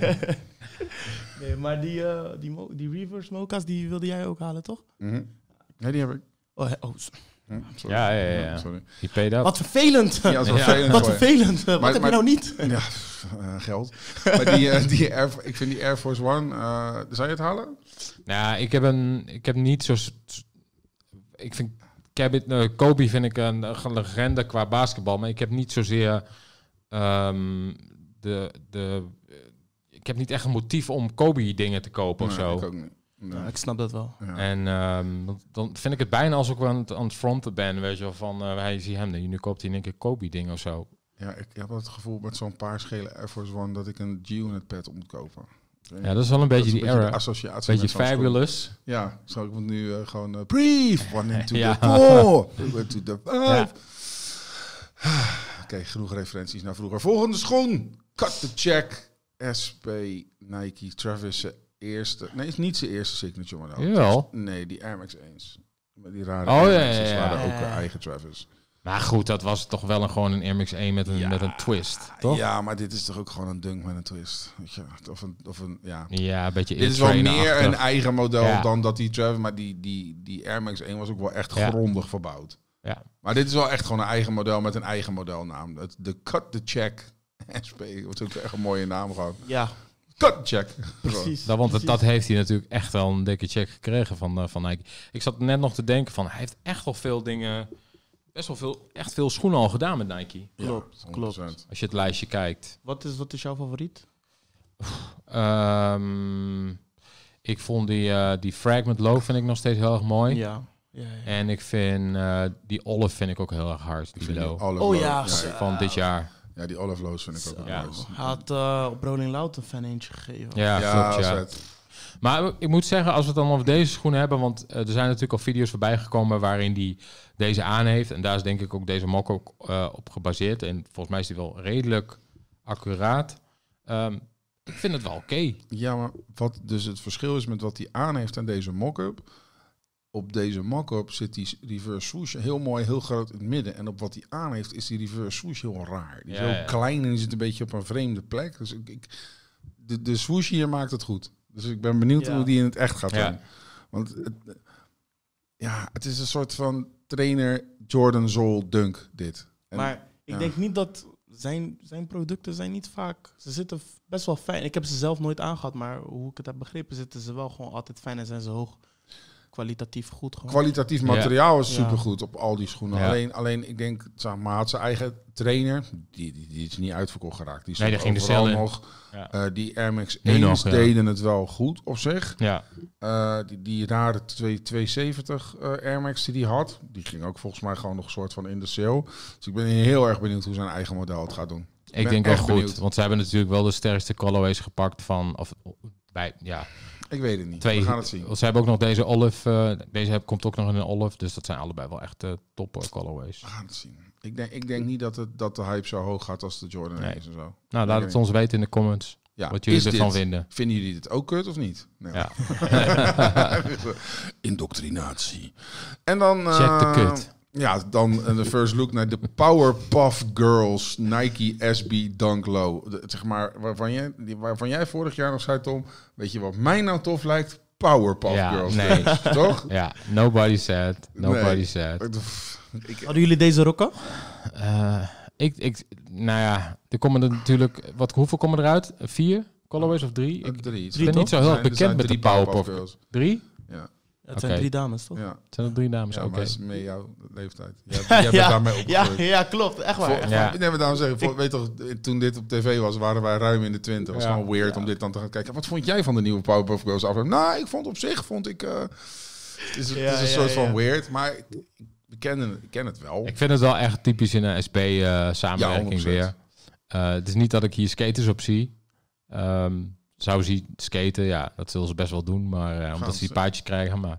C: Nee, maar die, uh, die, mo- die reverse mocha's, die wilde jij ook halen, toch?
A: Mhm. Nee, die heb ik.
C: Oh, he- oh s-
A: Hm, sorry.
B: Ja, ja, ja, ja.
A: Sorry.
B: Die paid up.
C: wat vervelend.
A: Ja, dat is wel
B: Ja.
A: vervelend
C: Wat
A: voor je.
C: vervelend. Wat
A: Maar-
C: heb
A: maar-
C: je nou niet?
A: Ja, uh, geld. Maar die, uh, die Air, ik vind die Air Force One... Uh, zou je het halen?
B: Nou, ik heb een, ik heb niet zo. Ik vind Cabot, uh, Kobe vind ik een, een legende qua basketbal, maar ik heb niet zozeer um, de de. Ik heb niet echt een motief om Kobe dingen te kopen of
A: Nee,
B: zo.
A: ik ook niet. Nee.
C: Ja, ik snap dat wel.
A: Ja.
B: En um, dan- dan vind ik het bijna alsof ik aan het, aan het fronten ben, weet je wel, van uh, hij zie hem, nu koopt hij in één keer Kobe ding of zo.
A: Ja, ik heb het gevoel met zo'n paar schele Air Force One dat ik een G-Unit pad moet kopen.
B: Ja, dat is wel een beetje
A: Dat is
B: die
A: een
B: era.
A: de associatie
B: Beetje
A: met zo'n schoen.
B: fabulous.
A: Ja, zo ik moet nu uh, gewoon uh, brief, one into
B: Ja.
A: the four, one to the five.
B: Ja.
A: Oké, genoeg referenties naar vroeger. Volgende schoen. Cut the check. S P Nike Travis zijn eerste. Nee, is niet zijn eerste signature model.
B: Jawel.
A: Nee, die Air Max één. Met die rare
B: Oh,
A: Air
B: ja,
A: Max's
B: ja, ja.
A: waren ook
C: Ja,
A: uh,
C: ja.
A: eigen Travis.
B: Maar goed, dat was toch wel een, gewoon een Air Max één met een,
A: Ja.
B: met een twist, toch?
A: Ja, maar dit is toch ook gewoon een dunk met een twist. Weet je? Of een, of een, ja.
B: Ja, een beetje
A: Dit is wel meer
B: Airtrainer-achtig.
A: een eigen model
B: Ja.
A: dan dat die Travis, maar die, die, die Air Max één was ook wel echt
B: Ja.
A: grondig verbouwd.
B: Ja.
A: Maar dit is wel echt gewoon een eigen model met een eigen modelnaam. Het- De Cut the Check S P. Wat ook echt een mooie naam gewoon.
C: Ja,
A: Cut the Check.
C: precies.
B: Dat, want dat,
C: precies.
B: dat heeft hij natuurlijk echt wel een dikke check gekregen van, uh, van Nike. Ik zat net nog te denken van, hij heeft echt wel veel dingen, best wel veel, echt veel schoenen al gedaan met Nike.
C: Klopt,
A: Ja,
C: klopt.
A: honderd procent.
B: Als je het lijstje kijkt.
C: Wat is, wat is jouw favoriet?
B: Um, ik vond die, uh, die Fragment Low vind ik nog steeds heel erg mooi.
C: Ja. ja, ja.
B: En ik vind uh, die Olive vind ik ook heel erg hard.
A: Ik
B: Die
A: vind die
B: low.
A: Olive
C: Oh
A: Low-
C: ja,
A: ja,
C: zo.
A: ik-
B: Van dit jaar.
A: ja, die Olive Lows vind ik ook wel
B: Ja.
A: nice.
C: Hij had uh, op Rolling Loud een fan eentje gegeven.
B: Ja,
A: Ja,
B: klopt, ja.
A: vet.
B: Maar ik moet zeggen, als we het dan over deze schoenen hebben, want uh, er zijn natuurlijk al video's voorbij gekomen waarin die deze aan heeft. En daar is denk ik ook deze mok ook uh, op gebaseerd. En volgens mij is die wel redelijk accuraat. Um, Ik vind het wel oké. Okay.
A: Ja, maar wat dus het verschil is met wat hij aan heeft aan deze mock-up. Op deze mock-up zit die reverse swoosh heel mooi, heel groot in het midden. En op wat hij aan heeft is die reverse swoosh heel raar. Die is
B: Ja,
A: heel
B: ja.
A: klein en die zit een beetje op een vreemde plek. Dus ik, ik, de, de swoosh hier maakt het goed. Dus ik ben benieuwd
C: Ja.
A: hoe die in het echt gaat
B: Ja.
A: zijn. Want het, ja, het is een soort van trainer Jordan Zol dunk dit. En,
C: Maar ik
A: ja.
C: denk niet dat zijn, zijn producten zijn niet vaak... Ze zitten f- best wel fijn. Ik heb ze zelf nooit aangehad, maar hoe ik het heb begrepen... zitten ze wel gewoon altijd fijn en zijn ze hoog kwalitatief goed. Gewoon.
A: kwalitatief materiaal is
C: Ja.
A: supergoed op al die schoenen.
B: Ja.
A: Alleen, alleen, ik denk, zeg maar, had zijn eigen trainer, die, die, die is niet uitverkocht geraakt. Die
B: Nee,
A: stond
B: die ging er
A: overal
B: zelf in.
A: nog.
B: Ja.
A: Uh, die Air Max
B: Nu
A: één
B: nog, ja.
A: deden het wel goed op zich.
B: Ja.
A: Uh, die, die rare twee, tweehonderdzeventig uh, Air Max die hij had, die ging ook volgens mij gewoon nog een soort van in de sale. Dus ik ben heel erg benieuwd hoe zijn eigen model het gaat doen.
B: Ik
A: ben
B: denk wel
A: echt
B: goed,
A: benieuwd.
B: want ze hebben natuurlijk wel de sterkste colorways gepakt van... Of, bij, ja,
A: Ik weet het niet.
B: twee.
A: We gaan het zien.
B: Ze hebben ook nog deze olive. Uh, deze heb, komt ook nog in een olive. Dus dat zijn allebei wel echt uh, top uh, colorways.
A: We gaan het zien. Ik denk, ik denk niet dat, het, dat de hype zo hoog gaat als de Jordan
B: Nee.
A: is en zo.
B: Nou, laat
A: Ik
B: het
A: weet
B: ons weten in de comments.
A: Ja,
B: Wat jullie
A: is
B: ervan
A: dit-
B: vinden.
A: Vinden jullie dit ook kut of niet? Nee.
B: Ja.
A: Indoctrinatie. En dan...
B: Check de
A: eh,
B: kut.
A: Ja, dan eh, de first look naar de Powerpuff Girls Nike S B Dunk Low. De, zeg maar, waarvan jij, die, waarvan jij vorig jaar nog zei, Tom... Weet je wat mij nou tof lijkt? Powerpuff
B: Ja,
A: Girls.
B: nee.
A: Toch?
B: Ja, nobody said. Nobody
A: Nee.
B: said.
A: Ik,
C: Hadden jullie deze rokken?
B: Uh, ik, ik, nou ja, er komen er natuurlijk... Wat, hoeveel komen eruit? Vier colorways of drie? Ik
A: drie.
B: ik ben niet zo heel erg bekend met de Powerpuff.
A: Girls.
B: Drie?
A: Ja,
C: Ja, het zijn
B: Oké.
C: drie dames, toch?
A: ja.
B: Zijn er drie dames?
A: ja
B: Oké.
A: maar is mee jouw leeftijd. Jij, jij bent daarmee
C: ja,
A: opgegroeid.
C: ja, klopt. Echt waar.
A: Voor,
C: Echt
B: Ja.
C: waar.
A: Nee, maar daarom zeg ik, voor, weet toch, toen dit op tv was, waren wij ruim in de twintig. Het was
B: Ja.
A: gewoon weird
B: Ja.
A: om dit dan te gaan kijken. Wat vond jij van de nieuwe Powerpuff Girls aflevering? Nou, ik vond op zich, vond ik... Uh, het is,
C: Ja,
A: het is een
C: ja,
A: soort
C: ja.
A: van weird, maar ik, ik, ken, het, ik ken het wel.
B: Ik vind het wel echt typisch in een S P-samenwerking
A: Ja,
B: weer. Uh, het is niet dat ik hier skaters op zie. Um, zou ze skaten, ja, dat zullen ze best wel doen. Maar uh, omdat ze die
A: ze.
B: paardjes krijgen. Maar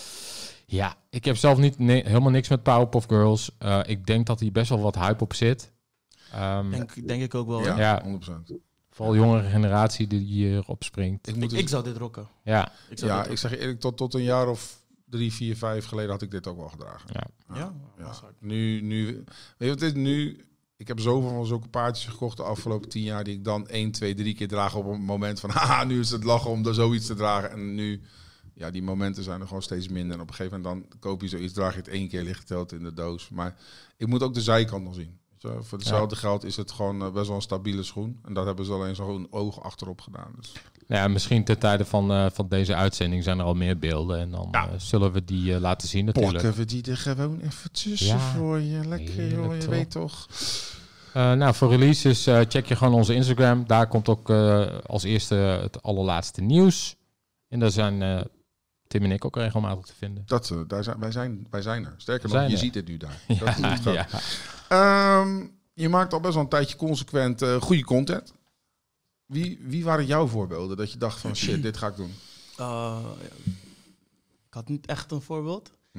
B: ja, ik heb zelf niet nee, helemaal niks met Powerpuff Girls. Uh, ik denk dat hier best wel wat hype op zit. Um,
C: Denk, denk ik ook wel.
A: Ja,
C: hoor.
B: Ja.
A: honderd procent.
B: Vooral jongere generatie die hierop springt.
A: Ik, moet
C: Ik,
A: dus-
C: ik zou dit rocken.
B: Ja,
C: Ik zou
A: ja,
C: dit
A: ik zeg je eerlijk, tot, tot een jaar of drie, vier, vijf geleden had ik dit ook wel gedragen.
B: ja.
C: Ja,
A: Ja.
C: dat is hard.
A: Nu, nu, weet je wat het is? Nu, ik heb zoveel van zulke paardjes gekocht de afgelopen tien jaar, die ik dan één, twee, drie keer draag op een moment van, haha, nu is het lachen om er zoiets te dragen. En nu, ja, die momenten zijn er gewoon steeds minder. En op een gegeven moment dan koop je zoiets, draag je het één keer, ligt het in de doos. Maar ik moet ook de zijkant nog zien. Zo, voor hetzelfde geld is het gewoon uh, best wel een stabiele schoen. En dat hebben ze alleen zo'n oog achterop gedaan. Dus.
B: Ja, misschien ten tijde van, uh, van deze uitzending zijn er al meer beelden. En dan
A: Ja.
B: uh, zullen we die uh, laten zien natuurlijk.
A: Plakken we die er gewoon even tussen
B: Ja,
A: voor je. Lekker,
B: heerlijk
A: joh, je
B: toch.
A: weet toch.
B: Uh, nou, voor releases uh, check je gewoon onze Instagram. Daar komt ook uh, als eerste het allerlaatste nieuws. En daar zijn uh, Tim en ik ook regelmatig te vinden.
A: Dat, uh, daar zijn, wij, zijn, wij zijn er. Sterker
B: We
A: nog,
B: zijn
A: je
B: er.
A: ziet het nu daar.
B: Ja,
A: Dat is hoe het gaat.
B: ja.
A: Um, je maakt al best wel een tijdje consequent uh, goede content. Wie, wie waren jouw voorbeelden dat je dacht van shit, dit ga ik doen?
C: Uh, ja. Ik had niet echt een voorbeeld.
A: Hm.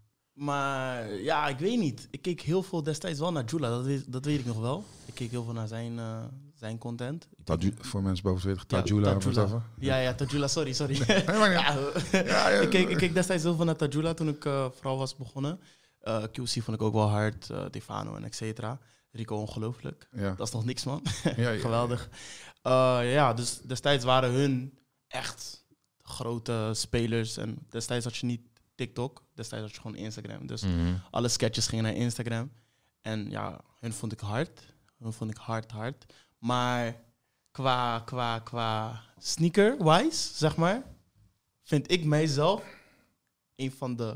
C: Maar ja, ik weet niet. Ik keek heel veel destijds wel naar Jula, dat weet, dat weet ik nog wel. Ik keek heel veel naar zijn, uh, zijn content. Ik
A: Taju,
C: keek-
A: voor mensen boven twintig,
C: Ja,
A: Tajula of
C: Tajula.
A: whatever.
C: Ja, ja, Tajula, sorry, sorry.
A: Nee, maar niet.
C: ja,
A: Ja, ja.
C: ik, keek, ik keek destijds heel veel naar Tajula toen ik uh, vooral was begonnen. Uh, Q C vond ik ook wel hard, uh, Defano en et cetera. Rico ongelooflijk.
A: Ja.
C: Dat is nog niks, man.
A: Ja, ja,
C: Geweldig. Uh, ja, dus destijds waren hun echt grote spelers. En destijds had je niet TikTok, destijds had je gewoon Instagram. Dus
B: Mm-hmm.
C: alle sketches gingen naar Instagram. En ja, hun vond ik hard. Hun vond ik hard, hard. Maar qua, qua, qua sneaker-wise, zeg maar, vind ik mijzelf een van de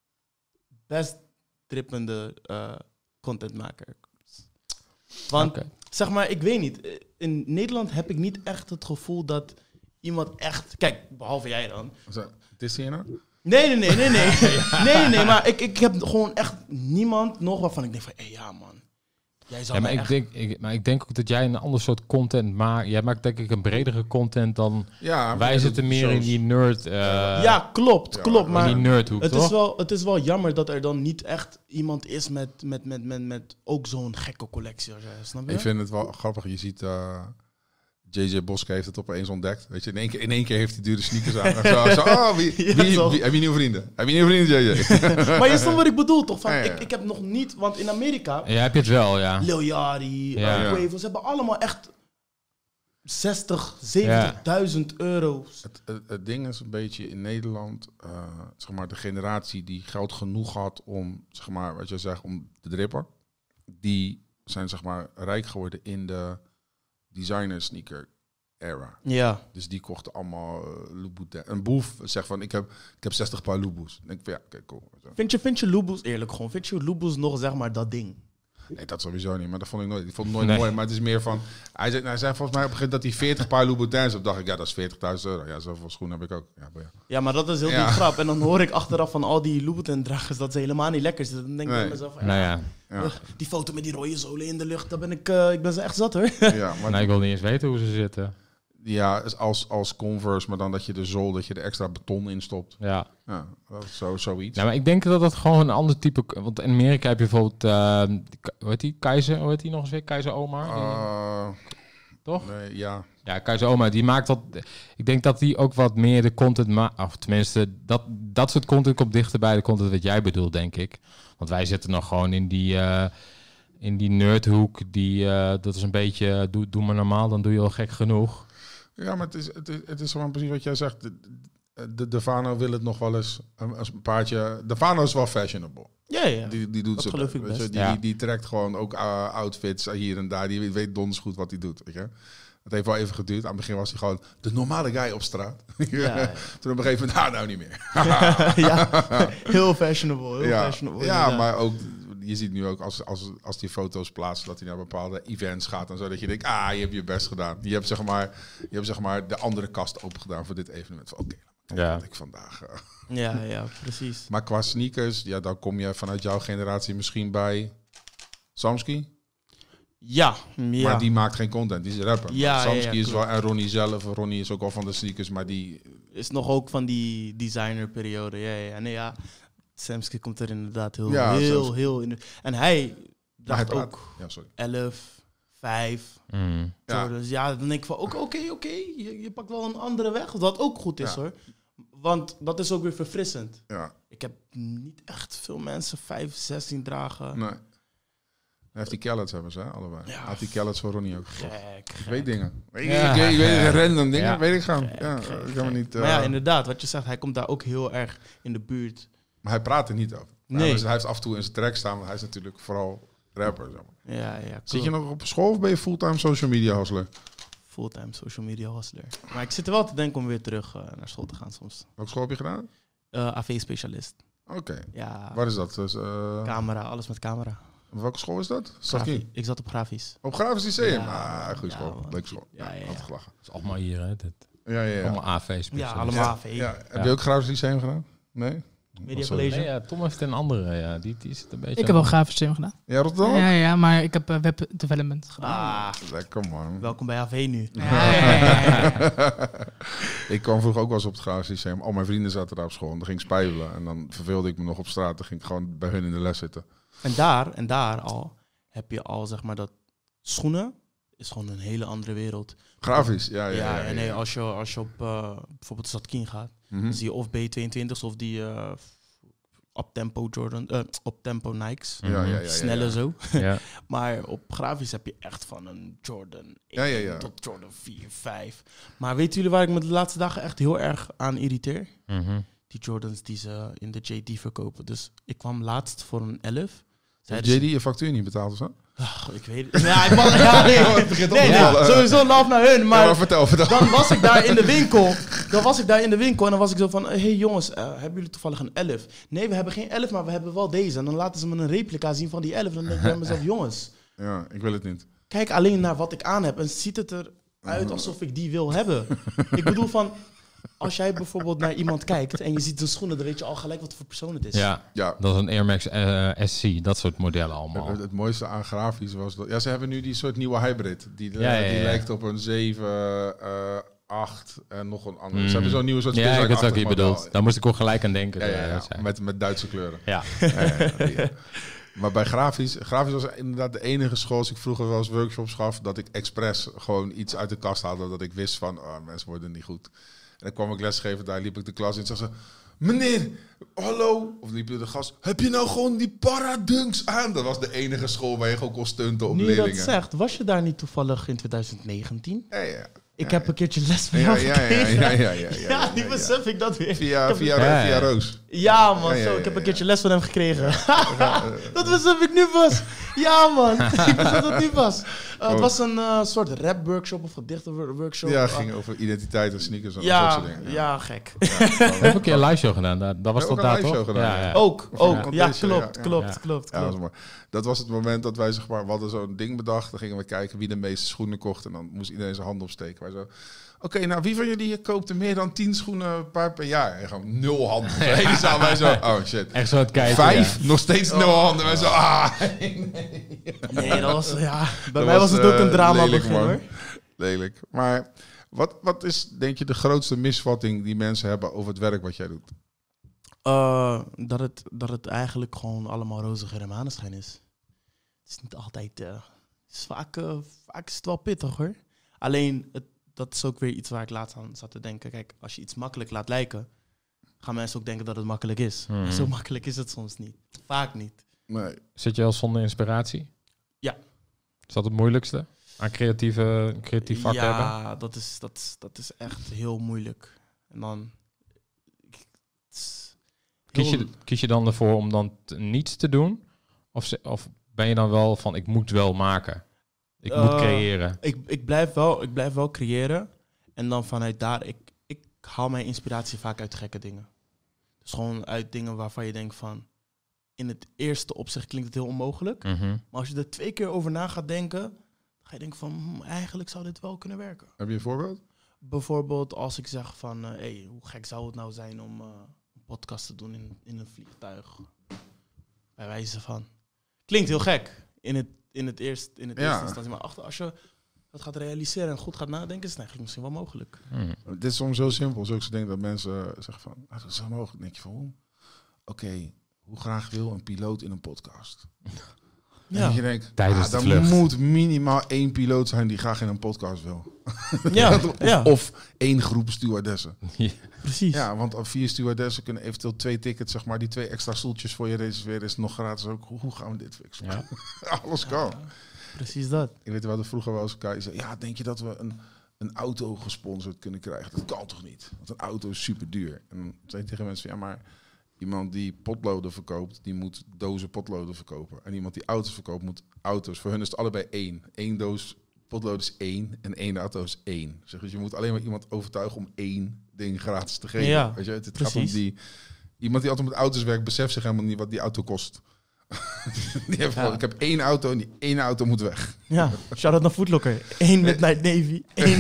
C: best trippende uh, contentmakers. Want,
B: Oké.
C: zeg maar, ik weet niet. In Nederland heb ik niet echt het gevoel dat iemand echt... Kijk, behalve jij dan.
A: Zo, Disney nou?
C: Nee, nee, nee, nee, nee. nee, nee, nee, maar ik, ik heb gewoon echt niemand nog waarvan ik denk van... Hé, hey, ja, man. Jij zou
B: Ja, maar
C: mij
B: ik,
C: echt...
B: denk, ik, maar ik denk ook dat jij een ander soort content maakt. Jij maakt denk ik een bredere content dan...
A: Ja,
B: wij
A: dat-
B: zitten meer in
A: shows.
B: die nerd... uh,
C: ja, klopt,
A: ja,
C: klopt.
A: in
C: Maar
B: in die nerdhoek,
C: het,
B: toch?
C: is wel, het is wel jammer dat er dan niet echt iemand is met, met, met, met, met ook zo'n gekke collectie. Als jij, snap je?
A: Ik vind het wel grappig. Je ziet uh, J J Boske heeft het opeens ontdekt. Weet je, in één keer, in één keer heeft hij dure sneakers aan. En zo, zo, oh, wie, wie,
C: Ja,
A: wie,
C: toch?
A: wie- heb je nieuwe vrienden? Heb je nieuwe vrienden, J J?
C: Maar je snapt wat ik bedoel, toch? Van,
A: Ja, ja.
C: Ik, ik heb nog niet... Want in Amerika...
B: Ja, heb je het wel, ja.
C: Lil Yachty,
B: Ja.
C: uh,
A: Ja.
C: Quavo, ze hebben allemaal echt zestig, zeventigduizend euro.
A: Het, het, het ding is een beetje in Nederland, uh, zeg maar, de generatie die geld genoeg had om, zeg maar, wat je zegt, om te drippen, die zijn, zeg maar, rijk geworden in de designer sneaker era.
C: Ja.
A: Dus die kochten allemaal uh, Louboutin. Een boef zegt van, ik heb, ik heb zestig paar Louboutins. Dan denk ik van, ja, oké, cool. Zo.
C: Vind je, vind je Louboutins, eerlijk gewoon, vind je Louboutins nog, zeg maar, dat ding?
A: Nee, dat sowieso niet, maar dat vond ik nooit. Ik vond het nooit
B: Nee.
A: mooi, maar het is meer van... Hij zei, hij zei volgens mij op een gegeven moment dat hij veertig paar Louboutins had. dacht ik, ja, dat is veertigduizend euro. Ja, zoveel schoenen heb ik ook. Ja, maar ja.
C: Ja, maar dat is heel
A: Ja.
C: die grap. En dan hoor ik achteraf van al die Louboutin-dragers dat ze helemaal niet lekker zitten. Dan denk ik
A: Nee.
C: bij mezelf, van,
B: Nou
C: ja,
B: ja,
A: Ja,
C: ugh, die foto met die rode zolen in de lucht, daar ben ik, uh, ik ben ze echt zat hoor.
A: ja, maar
B: nou, ik wil niet eens weten hoe ze zitten.
A: ja, is als, als Converse, maar dan dat je de zool, dat je er extra beton in stopt.
B: Ja.
A: Ja, dat is zo, zoiets.
B: Nou, maar ik denk dat dat gewoon een ander type... Want in Amerika heb je bijvoorbeeld... Uh, die, hoe heet die? Keizer? Hoe heet die nog eens weer? Keizer Omar? Die-
A: Uh,
B: toch?
A: Nee, ja.
B: Ja, Keizer Omar, die maakt dat... Ik denk dat die ook wat meer de content maakt. Of tenminste, dat, dat soort content komt dichter bij de content wat jij bedoelt, denk ik. Want wij zitten nog gewoon in die... Uh, in die nerdhoek. Die, uh, dat is een beetje... Doe, doe maar normaal, dan doe je al gek genoeg.
A: Ja, maar het is, het is, het is gewoon precies wat jij zegt. De, de, de Vano wil het nog wel eens een, een paardje... De Vano is wel fashionable.
C: Ja, ja.
A: Die, die doet
C: Dat
A: ze,
C: geloof ik
A: weet je,
C: best.
A: Die,
B: Ja.
A: die, die trekt gewoon ook uh, outfits hier en daar. Die weet donders goed wat hij doet. Weet je? Het heeft wel even geduurd. Aan het begin was hij gewoon de normale guy op straat.
C: Ja, ja.
A: Toen op een gegeven moment, nou, nou niet meer.
C: Ja, heel fashionable. Heel
A: ja,
C: fashionable.
A: ja,
C: inderdaad.
A: maar ook, je ziet nu ook als, als, als die foto's plaatsen dat hij naar bepaalde events gaat en zo, dat je denkt, ah, je hebt je best gedaan. Je hebt zeg maar, je hebt zeg maar de andere kast open gedaan voor dit evenement. Oké, okay,
B: Ja.
A: wat ik vandaag. Uh.
C: Ja, ja, precies.
A: Maar qua sneakers, ja, dan kom je vanuit jouw generatie misschien bij Samsky.
C: Ja, ja.
A: Maar die maakt geen content, die is rapper.
C: Ja,
A: Maar Samsky
C: ja, ja,
A: is wel,
C: klopt.
A: en Ronnie zelf, Ronnie is ook wel van de sneakers, maar die...
C: Is nog ook van die designerperiode. Ja, ja, nee, ja. Samsky komt er inderdaad heel,
A: Ja,
C: heel,
A: Samsky.
C: heel in. De, en hij
A: Maar hij
C: draagt
A: praat.
C: ook
A: Ja, sorry.
C: elf, vijf.
B: Mm.
A: Ja.
C: Ja. Dus ja, dan denk ik van, oké, oké, oké. Je, je pakt wel een andere weg. Wat ook goed is,
A: Ja.
C: hoor. Want dat is ook weer verfrissend.
A: Ja,
C: Ik heb niet echt veel mensen vijf, zestien dragen.
A: nee. Hij heeft die Callets hebben ze, hè, allebei.
C: Ja.
A: Hij heeft die Callets voor Ronnie ook gekocht.
C: Gek,
A: Ik
C: gek.
A: weet dingen. Ik,
B: Ja.
A: ik, weet- ik weet random dingen,
B: Ja.
A: weet ik gewoon.
C: Gek,
A: Ja,
C: gek,
A: ik kan me
C: gek.
A: niet... uh,
C: Maar ja, inderdaad, wat je zegt, hij komt daar ook heel erg in de buurt.
A: maar hij praat er niet over.
C: Nee.
A: Hij, is- hij heeft af en toe in zijn track staan, want hij is natuurlijk vooral rapper. Zeg maar.
C: Ja, ja.
A: Zit je nog op school of ben je fulltime social media hustler?
C: Fulltime social media hustler. Maar ik zit er wel te denken om weer terug uh, naar school te gaan soms.
A: Welke school heb je gedaan?
C: Uh, A V-specialist.
A: Oké.
C: Ja,
A: Waar is dat? Dus, uh,
C: camera, alles met camera.
A: welke school is dat?
C: Grafi-
A: Stafkie.
C: Ik zat op grafisch.
A: Op Grafisch Lyceum?
C: Ja,
A: ah, goede
C: ja,
A: school.
C: man.
A: Leuke school.
C: Ja, ja, ja.
A: Altijd gelachen.
B: Dat is allemaal hier, hè. Dit.
A: Ja, ja, ja.
B: Allemaal A V
C: Ja, allemaal A V.
A: Ja. Heb
B: Ja.
A: je ook Grafisch Lyceum gedaan? Nee?
C: Media
A: Sorry.
C: College.
B: Nee, ja, Tom heeft een andere, ja. Die, die zit een beetje...
D: Ik heb ook grafisch sim gedaan.
A: Ja, Rotterdam?
D: Ja, ja, maar ik heb eh, web development gedaan.
C: Ah,
A: Lekker man.
C: welkom bij A V nu.
D: Ja, ja, ja, ja.
A: Ik kwam vroeger ook wel eens op het Grafisch Lyceum. Al mijn vrienden zaten daar op school en dan ging ik spijbelen. En dan verveelde ik me nog op straat. Dan ging ik gewoon bij hun in de les zitten.
C: En daar, en daar al, heb je al, zeg maar, dat schoenen is gewoon een hele andere wereld.
A: Grafisch, ja,
C: Ja,
A: ja. ja, ja,
C: en nee,
A: ja.
C: als je, als je op uh, bijvoorbeeld Stad Kien gaat,
A: Mhm.
C: dan zie je of B tweeëntwintig's of die uh, op-tempo Jordan, uh, op-tempo Nikes.
B: Mhm.
A: Ja, ja, ja, ja,
C: Sneller
A: ja.
C: zo.
B: Ja.
C: Maar op grafisch heb je echt van een Jordan één
A: Ja, ja, ja.
C: tot Jordan vier, vijf. Maar weten jullie waar ik me de laatste dagen echt heel erg aan irriteer?
B: Mhm.
C: Die Jordans die ze in de J D verkopen. Dus ik kwam laatst voor een elf.
A: Heeft
C: Zeiden
A: J D
C: ze-
A: je factuur niet betaald of zo?
C: Ach, ik weet het. Ja, ik mag, ja, nee,
A: Oh, het begint op
C: nee,
A: te
C: nee,
A: vallen.
C: sowieso laf naar hun.
A: Ja,
C: Maar,
A: maar vertel, vertel.
C: dan was ik daar in de winkel. Dan was ik daar in de winkel en dan was ik zo van... Hé hey jongens, uh, hebben jullie toevallig een elf? Nee, we hebben geen elf, maar we hebben wel deze. En dan laten ze me een replica zien van die elf. Dan denk ik bij mezelf, jongens...
A: Ja, ik wil het niet.
C: Kijk alleen naar wat ik aan heb en ziet het eruit alsof ik die wil hebben. Ik bedoel van, als jij bijvoorbeeld naar iemand kijkt en je ziet de schoenen, dan weet je al gelijk wat voor persoon het is.
B: Ja,
A: Ja,
B: dat is een Air Max eh, S C, dat soort modellen allemaal.
A: het, het mooiste aan grafisch was... Dat, ja, ze hebben nu die soort nieuwe hybrid. Die,
B: Ja, ja,
A: die
B: ja.
A: lijkt op een zeven, uh, acht en nog een andere.
B: Mm.
A: Ze hebben zo'n nieuwe soort
B: Ja, ik weet
A: Spizak-achtig
B: wat je
A: model.
B: bedoelt. Daar moest ik ook gelijk aan denken.
A: Ja, ja,
B: eh,
A: ja,
B: zei.
A: met, met Duitse kleuren.
B: ja.
A: Ja, ja, ja, die. Maar bij grafisch, grafisch was inderdaad de enige school, als ik vroeger wel eens workshops gaf, dat ik expres gewoon iets uit de kast haalde, dat ik wist van, oh, mensen worden niet goed. En dan kwam ik lesgeven, daar liep ik de klas in en zei ze, meneer, hallo, of liep de gast, heb je nou gewoon die paradunks aan? Dat was de enige school waar je gewoon kon stunten op
C: Nu je
A: leerlingen.
C: dat zegt, was je daar niet toevallig in twintig negentien?
A: Ja, ja.
C: Ik
A: ja,
C: heb een keertje les van
A: ja,
C: jou
A: ja, ja,
C: gekregen.
A: ja, ja, ja, ja,
C: Ja,
A: ja,
C: nu
A: ja.
C: besef ik dat weer.
A: Via,
C: Ik heb-
A: via,
B: Ja,
A: via
B: ja.
A: Roos.
C: Ja, man,
A: Ja, ja,
C: zo.
A: ja,
C: Ik heb
A: ja.
C: een keertje les van hem gekregen. Dat besef ik nu pas. Ja, man. Ik besef dat nu pas. Uh, het
A: Oh.
C: was een uh, soort rap-workshop of gedichten-workshop.
A: Ja,
C: Uh,
A: het ging over identiteit en sneakers en dat
C: ja,
A: soort dingen.
C: ja, gek.
B: We hebben een keer een live show gedaan. Dat, dat was
A: We
B: toch
A: hebben ook
B: daar,
A: een
B: toch?
A: live show gedaan, ja.
C: Ook, ook.
A: Ja.
C: Ja,
A: Deze,
C: klopt,
A: ja,
C: klopt,
B: ja.
C: klopt,
A: Ja, dat,
C: klopt.
A: was mooi. Dat was het moment dat wij, zeg maar, we hadden zo'n ding bedacht. Dan gingen we kijken wie de meeste schoenen kocht. En dan moest iedereen zijn hand opsteken. Wij zo, oké, nou wie van jullie koopt er meer dan tien schoenen per, per jaar? En gewoon nul handen. De hele zaal, wij zo, oh shit.
B: Echt zo het kijken.
A: Vijf,
B: ja.
A: nog steeds nul handen. Wij zo, ah.
C: Nee, dat was, ja. Bij
A: Dat
C: mij was
A: was,
C: het ook een
A: eh,
C: drama
A: lelijk,
C: begin,
A: man.
C: hoor.
A: Lelijk. Maar wat, wat is, denk je, de grootste misvatting die mensen hebben over het werk wat jij doet?
C: Uh, dat, het, dat het eigenlijk gewoon allemaal roze geur en maneschijn is. Het is niet altijd... Uh, het is vaak, uh, vaak is het wel pittig, hoor. Alleen, het, dat is ook weer iets waar ik laatst aan zat te denken. Kijk, als je iets makkelijk laat lijken, gaan mensen ook denken dat het makkelijk is.
B: Mhm.
C: Zo makkelijk is het soms niet. Vaak niet.
A: Nee.
B: Zit je al zonder inspiratie?
C: Ja.
B: Is dat het moeilijkste? Aan creatieve, creatief vak hebben?
C: Ja, dat is, dat, is, dat is echt heel moeilijk. En dan... ik- het is
B: Kies
C: heel-
B: je, kies je dan ervoor om dan t- niets te doen? Of, ze- of ben je dan wel van, ik moet wel maken? Ik moet
C: Eh,
B: creëren.
C: Ik, ik, blijf wel, ik blijf wel creëren. En dan vanuit daar, ik, ik haal mijn inspiratie vaak uit gekke dingen. Dus gewoon uit dingen waarvan je denkt van... In het eerste opzicht klinkt het heel onmogelijk.
B: Mhm.
C: Maar als je er twee keer over na gaat denken... Dan ga je denken van, hm, eigenlijk zou dit wel kunnen werken.
A: Heb je een voorbeeld?
C: Bijvoorbeeld als ik zeg van... hé, hey, hoe gek zou het nou zijn om uh, een podcast te doen in, in een vliegtuig? Bij wijze van... Klinkt heel gek in het, in het, eerst, in het
A: Ja.
C: eerste instantie. Maar achter, als je dat gaat realiseren en goed gaat nadenken... is het eigenlijk misschien wel mogelijk.
B: Mhm.
A: Dit is soms zo simpel. Zulke dingen dat mensen zeggen van, ah, dat is zo mogelijk. Dan denk je van, hoe? Oké, hoe graag wil een piloot in een podcast? En
C: Ja,
A: dat je denkt,
B: Tijdens
A: ah,
B: de
A: er
B: vlucht.
A: moet minimaal één piloot zijn die graag in een podcast wil.
C: ja,
A: of,
C: ja,
A: of één groep stewardessen.
C: precies.
A: Ja, want al vier stewardessen kunnen eventueel twee tickets, zeg maar, die twee extra stoeltjes voor je reserveren is nog gratis ook. Hoe, hoe gaan we dit fixen?
B: Ja.
A: Alles kan.
C: Ja, precies dat.
A: Ik weet wel, dat vroeger wel eens elkaar zei, ja, denk je dat we een, een auto gesponsord kunnen krijgen? Dat kan toch niet? Want een auto is super duur. En dan zei ik tegen mensen, ja, maar iemand die potloden verkoopt, die moet dozen potloden verkopen. En iemand die auto's verkoopt, moet auto's. Voor hun is het allebei één. Eén doos potlood is één en één auto is één. Zeg, dus je moet alleen maar iemand overtuigen om één ding gratis te geven.
C: Ja,
A: Weet je, het, het gaat
C: precies.
A: om die... Iemand die altijd met auto's werkt, beseft zich helemaal niet wat die auto kost. die heeft gewoon, ik heb één auto en die ene auto moet weg.
C: Ja, shout-out naar Footlocker. Eén Midnight Navy. Eén.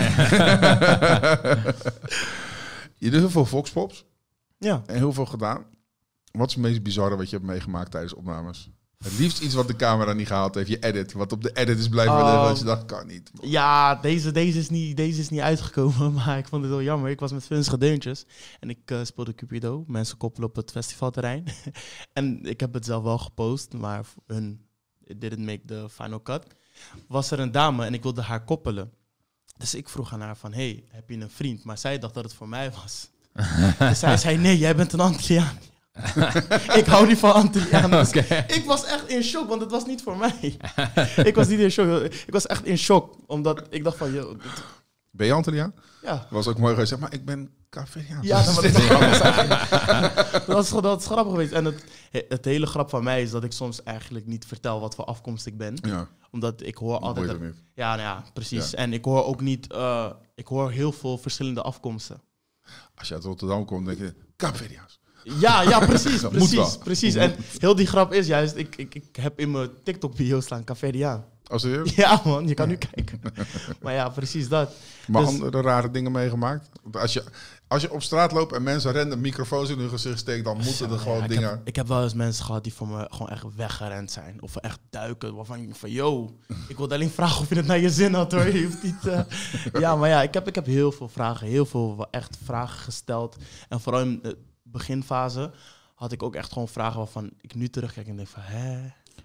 A: Je doet heel veel voxpops
C: Ja.
A: en heel veel gedaan. Wat is het meest bizarre wat je hebt meegemaakt tijdens opnames? Het liefst iets wat de camera niet gehaald heeft. Je edit. Wat op de edit is blijven
C: Oh.
A: liggen. Dat je dacht, kan niet.
C: Ja, deze, deze, is niet, deze is niet uitgekomen, maar ik vond het wel jammer. Ik was met Vinsige Deuntjes en ik uh, speelde Cupido. Mensen koppelen op het festivalterrein. En ik heb het zelf wel gepost, maar hun it didn't make the final cut. Was er een dame en ik wilde haar koppelen. Dus ik vroeg aan haar van, hey, heb je een vriend? Maar zij dacht dat het voor mij was. Dus zij zei, nee, jij bent een Antilliaan. Ik hou niet van Antillianen. Dus
B: Oké.
C: ik was echt in shock, want het was niet voor mij. Ik was niet in shock. Ik was echt in shock, omdat ik dacht van, joh, dit-
A: Ben je Antilliaan?
C: ja.
A: Was ook mooi gezegd. Maar ik ben Caveriaan.
C: Ja, nou, maar dat, is grappig eigenlijk. dat, was, dat is grappig geweest. En het, het hele grap van mij is dat ik soms eigenlijk niet vertel wat voor afkomst ik ben.
A: Ja,
C: Omdat ik hoor altijd...
A: boeit
C: Dat,
A: het niet.
C: ja, nou ja, precies.
A: Ja.
C: En ik hoor ook niet... uh, ik hoor heel veel verschillende afkomsten.
A: Als je uit Rotterdam komt, denk je, Caveriaans.
C: Ja, ja, precies,
A: Dat moet
C: precies,
A: wel.
C: precies. En heel die grap is juist, ik, ik, ik heb in mijn TikTok-bio staan Caveriaan.
A: Als je,
C: Ja man, je kan nu kijken. Maar ja, precies dat.
A: maar
C: Dus-
A: andere rare dingen meegemaakt? Want Als je, als je op straat loopt en mensen random microfoons in hun gezicht steken, dan moeten er gewoon
C: Ja, ik
A: dingen...
C: Heb, ik heb wel eens mensen gehad die voor me gewoon echt weggerend zijn. Of echt duiken. Waarvan je van, yo, ik wilde alleen vragen of je het naar je zin had hoor. Je hoeft niet... uh, Ja, maar ja, ik heb, ik heb heel veel vragen. Heel veel wel echt vragen gesteld. En vooral in de beginfase had ik ook echt gewoon vragen waarvan ik nu terugkijk en denk van, hè...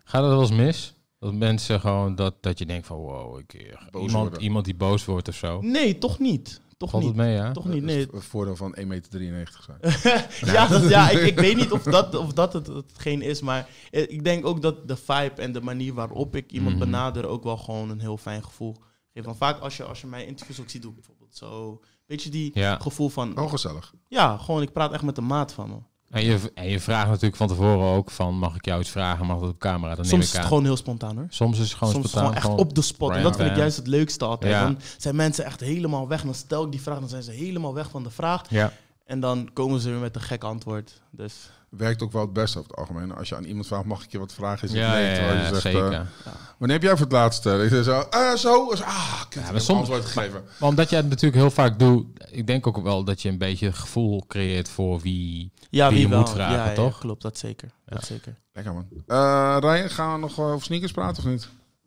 B: Gaat het wel eens mis? Dat mensen gewoon, dat, dat je denkt van, wow, ik,
A: Boos
B: iemand,
A: worden.
B: iemand die boos wordt of zo.
C: Nee, toch niet. Toch
B: Valt
C: niet.
B: het mee, ja?
C: Toch niet,
A: Dat is
C: nee.
A: het voordeel van één meter drieënnegentig zijn.
C: ja, dat, ja ik, ik weet niet of dat, of dat het, hetgeen is, maar eh, ik denk ook dat de vibe en de manier waarop ik iemand
B: Mhm.
C: benader ook wel gewoon een heel fijn gevoel geeft. Want vaak als je, als je mij interviews ook ziet doen, bijvoorbeeld zo, weet je die
B: Ja.
C: gevoel van,
A: Oh, gezellig.
C: ja, gewoon ik praat echt met de maat van me.
B: En je, en je vraagt natuurlijk van tevoren ook van, mag ik jou iets vragen? Mag dat op camera? Dan
C: Soms
B: neem
C: is
B: ik
C: het
B: aan.
C: gewoon heel spontaan hoor.
B: Soms is het gewoon
C: Soms is het
B: spontaan.
C: gewoon echt op de spot. En dat vind ik
B: Ja.
C: juist het leukste altijd.
B: Ja.
C: Dan zijn mensen echt helemaal weg. Dan stel ik die vraag, dan zijn ze helemaal weg van de vraag.
B: Ja.
C: En dan komen ze weer met een gek antwoord. Dus
A: Werkt ook wel het beste over het algemeen. Als je aan iemand vraagt, mag ik je wat vragen? Is het
B: Ja,
A: nee,
B: ja,
A: terwijl je
B: ja,
A: zegt,
B: zeker.
A: eh, wanneer heb jij voor het laatst? eh, Ik zei zo, eh, zo, ah, kut,
B: Ja,
A: ik
B: maar
A: heb
B: soms-
A: antwoord gegeven.
B: Maar omdat jij het natuurlijk heel vaak doet, ik denk ook wel dat je een beetje het gevoel creëert voor wie...
C: ja,
B: Die
C: wie
B: je
C: wel.
B: moet vragen,
C: ja, ja,
B: toch?
C: klopt, dat zeker. Dat
B: Ja.
C: zeker.
A: Lekker man. Uh, Ryan, gaan we nog uh, over sneakers praten of niet?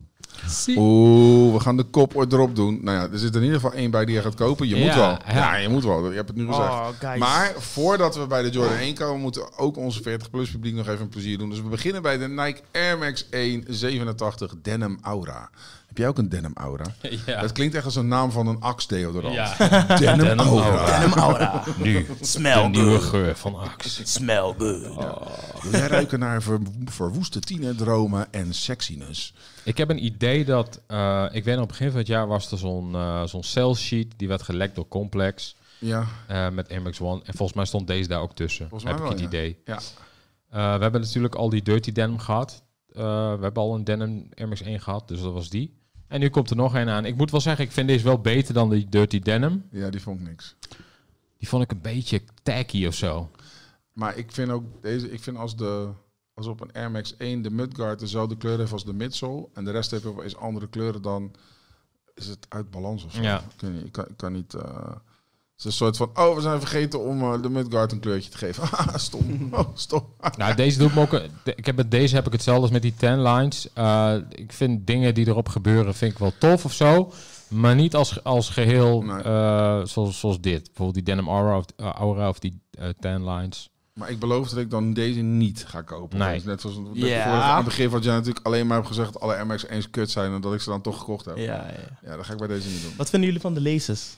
A: Oeh, we gaan de kop ooit erop doen. Nou ja, er zit er in ieder geval één bij die je gaat kopen. Je
B: Ja,
A: moet wel.
B: ja.
A: Ja, je moet wel. Je hebt het nu gezegd.
C: Oh, guys.
A: Maar voordat we bij de Jordan één komen, moeten ook onze veertig plus publiek nog even een plezier doen. Dus we beginnen bij de Nike Air Max één zevenentachtig Denim Aura. Heb jij ook een Denim Aura?
B: Ja.
A: Dat klinkt echt als een naam van een Axe deodorant.
B: Ja.
A: Denim,
B: Denim
A: Aura.
B: Aura.
C: Denim Aura.
B: Nu,
C: Smell
B: de nieuwe
C: good.
B: geur van Axe.
C: Smell good.
A: Wil jij ruiken naar ver, verwoeste tienerdromen en sexiness?
B: Ik heb een idee dat, uh, ik weet nog, op het begin van het jaar was er zo'n uh, zo'n sales sheet, die werd gelekt door Complex,
A: Ja.
B: uh, met Air Max One. En volgens mij stond deze daar ook tussen,
A: Volgens
B: heb
A: mij
B: ik
A: wel,
B: het
A: ja.
B: idee.
A: Ja.
B: Uh, we hebben natuurlijk al die Dirty Denim gehad. Uh, we hebben al een Denim Air Max één gehad, dus dat was die. En nu komt er nog een aan. Ik moet wel zeggen, ik vind deze wel beter dan die Dirty Denim.
A: Ja, die vond ik niks.
B: Die vond ik een beetje tacky of zo.
A: Maar ik vind ook deze, ik vind als de als op een Air Max één de mudguard dezelfde kleur heeft als de midsole en de rest heeft opeens andere kleuren, dan is het uit balans of zo.
B: Ja.
A: Ik, weet niet, ik, kan, ik kan niet. Uh, het is een soort van, oh, we zijn vergeten om uh, de mudguard een kleurtje te geven. Ah, stom. Oh, stom.
B: Nou, deze doet me ook. een- de- Ik heb met deze heb ik hetzelfde als met die ten lines. Uh, ik vind dingen die erop gebeuren, vind ik wel tof of zo. Maar niet als, als geheel
A: Nee.
B: uh, zoals, zoals dit. Bijvoorbeeld die Denim Aura of, uh, Aura of die uh, ten lines.
A: Maar ik beloof dat ik dan deze niet ga kopen.
B: Nee.
A: Dus net zoals dat
C: Ja.
A: ik vorig- aan het begin van het jaar natuurlijk alleen maar heb gezegd dat alle Air Max ééns kut zijn en dat ik ze dan toch gekocht heb. Ja,
C: Ja, ja.
A: dat ga ik bij deze niet doen.
C: Wat vinden jullie van de lasers?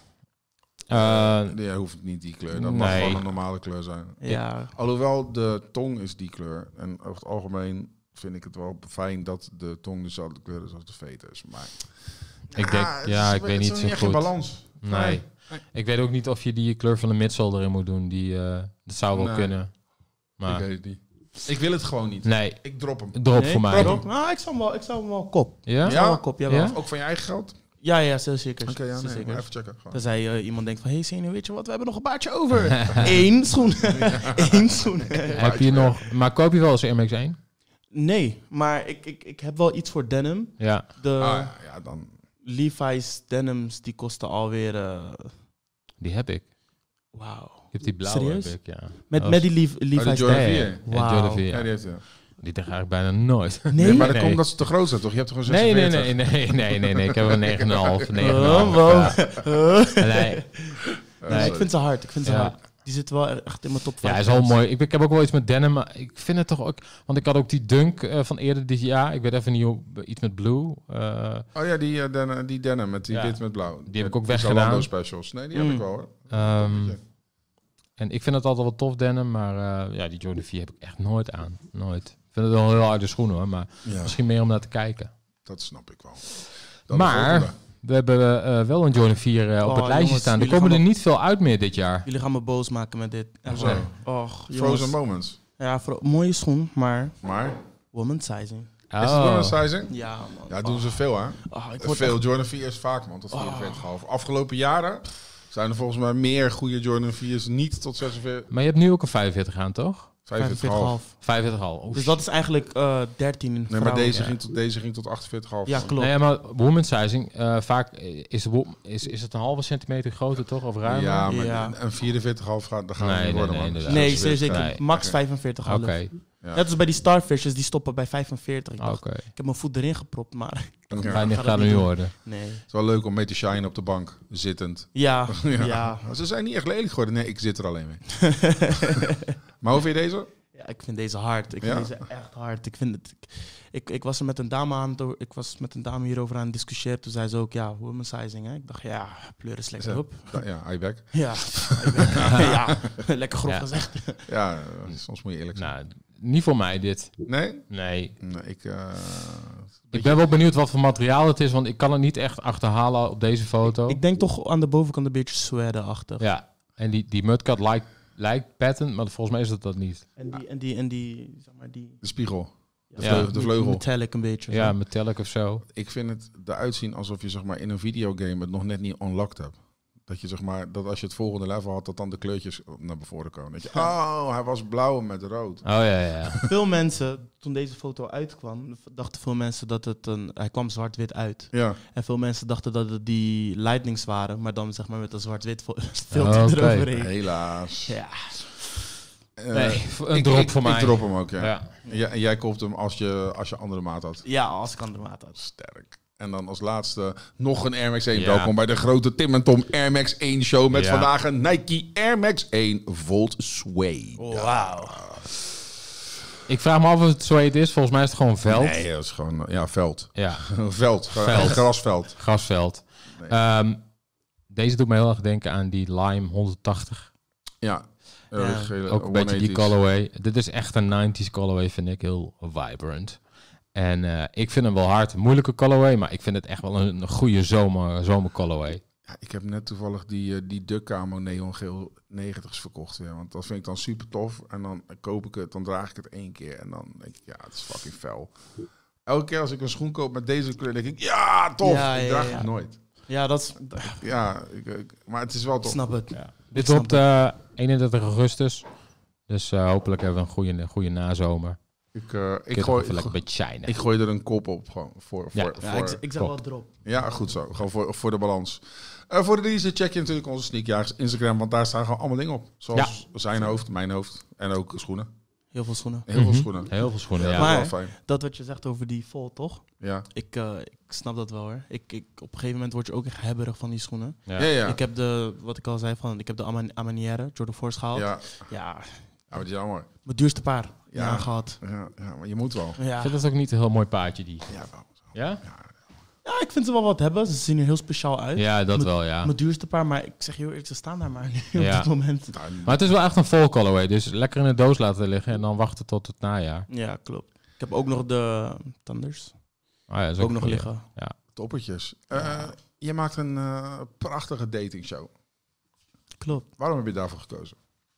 B: Uh,
A: Nee, hoeft niet die kleur. Dat mag
B: Nee.
A: gewoon een normale kleur zijn.
C: Ja.
A: Alhoewel de tong is die kleur. En over het algemeen vind ik het wel fijn dat de tong dezelfde kleur is als de veters. Maar
B: Ik denk-
A: het
B: ja,
A: is-
B: ik weet
A: het is
B: niet zo
A: echt in
B: goed.
A: balans.
B: nee. Ik weet ook niet of je die kleur van de midsole erin moet doen. Die, uh, dat zou wel
A: Nee.
B: kunnen. Maar
A: Ik weet het niet. Ik wil het gewoon niet.
B: nee,
A: Ik drop hem.
B: drop
C: Nee?
B: voor mij.
C: Drop? Nou, ik zou hem wel, ik zou hem wel kop.
B: Ja?
C: Ik zou
A: Ja?
C: hem wel kop, jawel.
B: Ja?
C: Ja,
A: Ook van je eigen geld?
C: ja, ja zeer zeker.
A: Oké, ja,
C: zeer
A: nee,
C: zeker.
A: maar even checken. Gewoon.
C: Tenzij uh, iemand denkt van, hé hey, Zeno, weet je wat, we hebben nog een baardje over. Eén schoen. Eén schoen.
B: Heb je nog, maar koop je wel eens Air Max één?
C: Nee, maar ik, ik, ik heb wel iets voor denim.
B: Ja.
C: De
A: Ah, ja, ja, dan.
C: Levi's denims, die kosten alweer... Uh,
B: Die heb ik.
C: Wauw.
B: Ik heb die blauwe,
C: Serieus?
B: heb ik, ja.
C: Met,
B: Dat
C: met
B: was-
C: die Lev- Levi's
A: Jordan
C: denim.
A: vier.
B: Ja,
C: Wauw.
B: Jordan vier,
A: Ja,
B: ja.
A: die heeft hij.
B: Die draag ik bijna nooit.
C: Nee?
A: Nee, maar dat
B: Nee.
A: komt dat ze te groot zijn, toch? Je hebt toch een
B: Nee, nee,
A: zesenveertig?
B: nee, nee, nee, nee, nee. Ik heb een negen komma vijf, negen komma
C: Oh,
B: vijf.
C: wow.
B: Ja. Nee.
A: Uh,
C: Nee, ik vind ze hard. Ik vind ze
B: Ja.
C: hard. Die zit wel echt in mijn top
B: Ja,
C: vijf.
B: is wel mooi. Ik, ik heb ook wel iets met denim, maar ik vind het toch ook... Want ik had ook die Dunk uh, van eerder dit jaar. Ik weet even niet hoe... Iets met blue. Uh,
A: Oh ja, die, uh, denim, die denim met die
B: Ja.
A: wit met blauw.
B: Die heb ik ook
A: Die
B: weggedaan.
A: Zalando specials. Nee, die heb
C: Mm.
A: ik wel hoor.
B: um,
A: Ja.
B: en ik vind het altijd wel tof denim, maar uh, ja, die Jordan vier heb ik echt nooit aan. Nooit. Ik vind het wel heel uit de schoenen hoor, maar
A: Ja,
B: misschien meer om naar te kijken.
A: dat snap ik wel. Dan de
B: Maar
A: volgende.
B: we hebben uh, wel een Jordan vier uh, op
C: Oh,
B: het lijstje
C: jongens,
B: staan. Er
C: jullie
B: komen er
C: gaan
B: niet veel uit meer dit jaar.
C: Jullie gaan me boos maken met dit. Echt
A: Hoezo?
C: waar. Och, jongens.
A: Frozen Moments.
C: Ja, voor, mooie schoen, maar
A: Maar,
C: woman sizing.
A: is het wel een sizing?
C: Ja, man.
A: Ja, doen ze veel hè?
C: Oh, ik word
A: Veel
C: echt-
A: Jordan vier is vaak man, tot vierenveertig komma vijf. Afgelopen jaren zijn er volgens mij meer goede Jordan viers niet tot zesenveertig,
B: Maar je hebt nu ook een vijfenveertig aan, toch?
A: vijfenveertig komma vijf.
C: vijfenveertig komma vijf.
B: vijfenveertig al. Oh,
C: Dus dat is eigenlijk eh dertien in
A: Nee, maar
C: vrouwen.
A: deze,
B: ja.
A: ging tot, deze ging tot achtenveertig komma vijf.
C: Ja, klopt.
B: Nee, maar woman sizing, uh, vaak is, de wo- is, is het een halve centimeter groter, toch? Of ruimer?
A: Ja, maar
C: Ja.
A: een vierenveertig komma vijf gaat, daar gaan we
B: Nee,
A: niet
B: nee,
A: worden
B: nee,
A: man.
B: inderdaad.
C: Nee,
A: Dus
C: zeer
A: dat is-
C: zeker.
B: Nee.
C: Max
A: Oké.
C: vijfenveertig komma
B: Oké,
C: vijf.
A: Ja.
C: Net als bij die Starfishers, die stoppen bij vijfenveertig. Ik, dacht,
B: oké.
C: ik heb mijn voet erin gepropt, maar
A: Ja.
B: Ga je niet
C: Ga dat
B: gaan
C: niet
B: nu
C: doen.
B: worden.
C: nee.
A: Het is wel leuk om mee te shinen op de bank, zittend.
C: Ja,
A: Ja.
C: ja.
A: Maar ze zijn niet echt lelijk geworden. Nee, ik zit er alleen mee. Maar hoe vind je deze?
C: Ja, ik vind deze hard. Ik vind
A: Ja?
C: deze echt hard. Ik, vind het, ik, ik, ik was er met een dame aan het o- ik was met een dame hierover aan het discussiëren. Toen zei ze ook, ja, woman-sizing. Hè? Ik dacht, ja, pleur is lekker
A: Zo.
C: op.
A: Ja, I back.
C: Ja, ja, lekker grof
B: Ja.
C: gezegd.
A: Ja, eh, soms moet je eerlijk zijn.
B: Nou, niet voor mij dit.
A: Nee?
B: Nee.
A: Nee, ik... eh,
B: Ik ben wel benieuwd wat voor materiaal het is, want ik kan het niet echt achterhalen op deze foto.
C: Ik denk toch aan de bovenkant een beetje sweater-achtig.
B: Ja, en die, die mudcut lijkt, lijkt patent, maar volgens mij is dat dat niet.
C: En die, en die, en die, zeg maar, die...
A: de spiegel. De,
B: Ja.
A: vleugel, de vleugel.
C: Metallic een beetje.
B: Ja,
C: zo.
B: metallic of zo.
A: Ik vind het eruit zien alsof je zeg maar, in een videogame het nog net niet unlocked hebt. Dat je zeg maar, dat als je het volgende level had, dat dan de kleurtjes naar voren komen. Dat je, oh, hij was blauw met rood.
B: Oh ja, ja, ja.
C: Veel mensen, toen deze foto uitkwam, dachten veel mensen dat het een... Hij kwam zwart-wit uit.
A: Ja,
C: En veel mensen dachten dat het die lightnings waren, maar dan zeg maar met een zwart-wit fo- filter
B: Oké.
C: eroverheen.
A: helaas.
C: Ja.
A: Eh,
B: Nee, een
A: ik-
B: drop
A: ik-
B: voor mij.
A: Ik drop hem ook, ja.
B: Ja.
A: Ja, en jij koopt hem als je, als je andere maat had.
C: ja, als ik andere maat had.
A: Sterk. En dan als laatste nog een Air Max één.
B: Ja.
A: Welkom bij de grote Tim en Tom Air Max één show. Met
B: Ja.
A: vandaag een Nike Air Max één Volt Suede.
C: Oh, wauw.
B: Ik vraag me af of het suede is. Volgens mij is het gewoon veld.
A: Nee, dat is gewoon, ja, veld.
B: Ja,
A: veld.
B: Veld.
A: Grasveld.
B: grasveld.
A: Nee.
B: Ehm, deze doet me heel erg denken aan die Lime honderdtachtig.
A: Ja.
C: Ja.
A: Eh, gele
B: Ook een beetje die
A: honderdtachtig.
B: colorway. Dit is echt een nineties colorway, vind ik. Heel vibrant. En eh, ik vind hem wel hard. Moeilijke colorway, maar ik vind het echt wel een, een goede zomer, zomer colorway.
A: Ja, ik heb net toevallig die, eh, die Duck Camo neongeel negentigs verkocht weer. Want dat vind ik dan super tof. En dan koop ik het, dan draag ik het één keer. En dan denk ik, ja, het is fucking fel. Elke keer als ik een schoen koop met deze kleur, denk ik, ja, tof.
C: Ja,
A: ik
C: ja,
A: draag
C: ja.
A: het nooit.
C: Ja, dat is...
A: Ja, ik, ik- maar het is wel
C: Ik
A: tof.
C: snap het.
B: Ja. Dit
C: snap
B: wordt eh, eenendertig augustus. Dus eh, hopelijk hebben we een goede, goede nazomer.
A: Ik, eh, ik,
B: Ik
A: gooi,
B: even lekker een beetje shinen.
A: ik gooi er een kop op. Gewoon voor,
B: Ja.
A: voor,
C: Ja,
A: voor,
C: ik, ik zeg wel drop.
A: ja, goed zo. Gewoon voor, voor de balans. Eh, voor de release check je natuurlijk onze Sneakjagers Instagram. Want daar staan gewoon allemaal dingen op. Zoals zijn hoofd, mijn hoofd. En ook schoenen.
C: Heel veel schoenen.
A: Heel
B: Mhm.
A: veel schoenen.
B: Heel veel schoenen,
A: Ja,
B: ja.
A: dat is
C: Maar-
A: wel fijn.
C: Dat wat je zegt over die vol, toch?
A: Ja.
C: Ik, eh, ik snap dat wel hoor. Ik, ik, op een gegeven moment word je ook echt hebberig van die schoenen.
B: Ja.
A: Ja, ja.
C: Ik heb de, wat ik al zei, van, ik heb de Aman- Amanière, Jordan Force gehaald. Ja.
A: Ja.
C: ja,
A: Ja, maar die is allemaal.
C: mijn duurste paar
A: Ja.
C: ja. gehad.
A: Ja, ja, maar je moet wel.
C: Ja.
B: Ik vind dat ook niet een heel mooi paardje, die.
A: Ja, wel.
B: Ja?
C: ja, ik vind ze wel wat hebben. Ze zien er heel speciaal uit.
B: Ja, dat
C: Met-
B: wel, ja.
C: Mijn duurste paar, maar ik zeg je heel eerlijk, ze staan daar maar nu
B: Ja.
C: op dit moment.
A: Nou,
B: Maar het is wel echt een vol colorway. Dus lekker in de doos laten liggen en dan wachten tot het najaar.
C: Ja, klopt. Ik heb ook nog de Thunders.
B: Oh ja, dat is
C: Ook nog
B: een goeie.
C: liggen.
A: toppertjes. Eh, je maakt een eh, prachtige datingshow.
C: Klopt.
A: Waarom heb je daarvoor gekozen?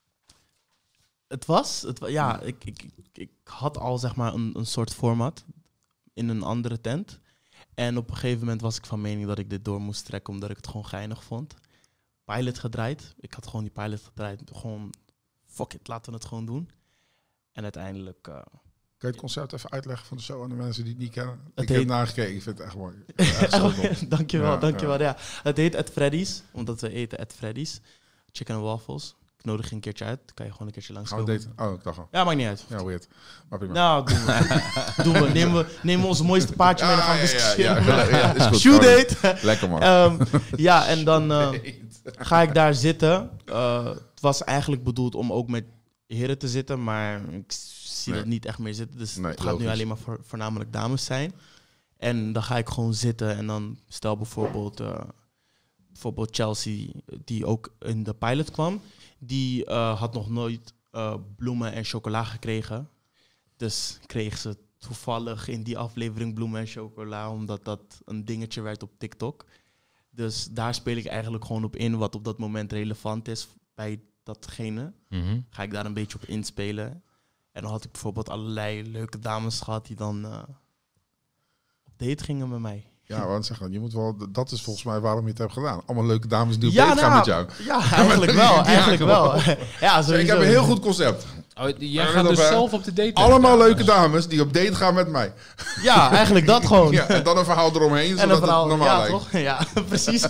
C: Het was, het, wa- ja, ik, ik, ik, ik had al zeg maar een, een soort format in een andere tent. En op een gegeven moment was ik van mening dat ik dit door moest trekken, omdat ik het gewoon geinig vond. Pilot gedraaid. Ik had gewoon die pilot gedraaid. Gewoon, fuck it, laten we het gewoon doen. En uiteindelijk... eh,
A: Kan je het concept even uitleggen van de show aan de mensen die het niet kennen?
C: Het
A: ik heb
C: heet-
A: nagekeken, ik vind het echt mooi. Echt zo tof.
C: dankjewel,
A: Ja,
C: dankjewel. Ja. Het heet at Freddy's, omdat we eten at Freddy's. Chicken and waffles. Ik nodig je een keertje uit. Kan je gewoon een keertje
A: Gaan we
C: langskomen.
A: daten? Oh, ik dacht al.
C: Ja, maakt niet uit.
A: Ja, weird. Maar prima.
C: Nou, doen we. doen we. Nemen we. Nemen we onze mooiste paardje mee en dan gaan we discussiëren.
A: ja, ja, ja, is goed.
C: Shoe
A: Gewoon
C: date.
A: Lekker man.
C: Ehm, ja, en dan eh, ga ik daar zitten. Eh, het was eigenlijk bedoeld om ook met heren te zitten, maar ik zie
A: Nee.
C: dat niet echt meer zitten. Dus
A: Nee,
C: het gaat nu
A: logisch.
C: alleen maar voor, voornamelijk dames zijn. En dan ga ik gewoon zitten en dan stel bijvoorbeeld, eh, bijvoorbeeld Chelsea, die ook in de pilot kwam, die eh, had nog nooit eh, bloemen en chocola gekregen. Dus kreeg ze toevallig in die aflevering bloemen en chocola, omdat dat een dingetje werd op TikTok. Dus daar speel ik eigenlijk gewoon op in wat op dat moment relevant is bij datgene.
B: Mhm.
C: Ga ik daar een beetje op inspelen. En dan had ik bijvoorbeeld allerlei leuke dames gehad die dan eh, op date gingen met mij.
A: Ja, want zeg dan, je moet wel, dat is volgens mij waarom je het hebt gedaan. Allemaal leuke dames die op
C: Ja,
A: date gaan
C: nou,
A: met jou.
C: Ja, eigenlijk wel.
A: Ja,
C: Eigenlijk wel.
A: gewoon.
C: Ja,
A: Zeg,
C: sowieso.
A: ik heb een heel goed concept.
B: Oh, jij
A: Ja,
B: gaat
A: dat
B: dus
A: wij-
B: zelf op de date.
A: Allemaal
B: met
A: leuke
B: elkaar.
A: dames die op date gaan met mij.
C: Ja, eigenlijk dat gewoon.
A: Ja, en dan een verhaal eromheen,
C: en
A: zodat
C: een verhaal.
A: het normaal
C: Ja,
A: lijkt.
C: toch? Ja, precies.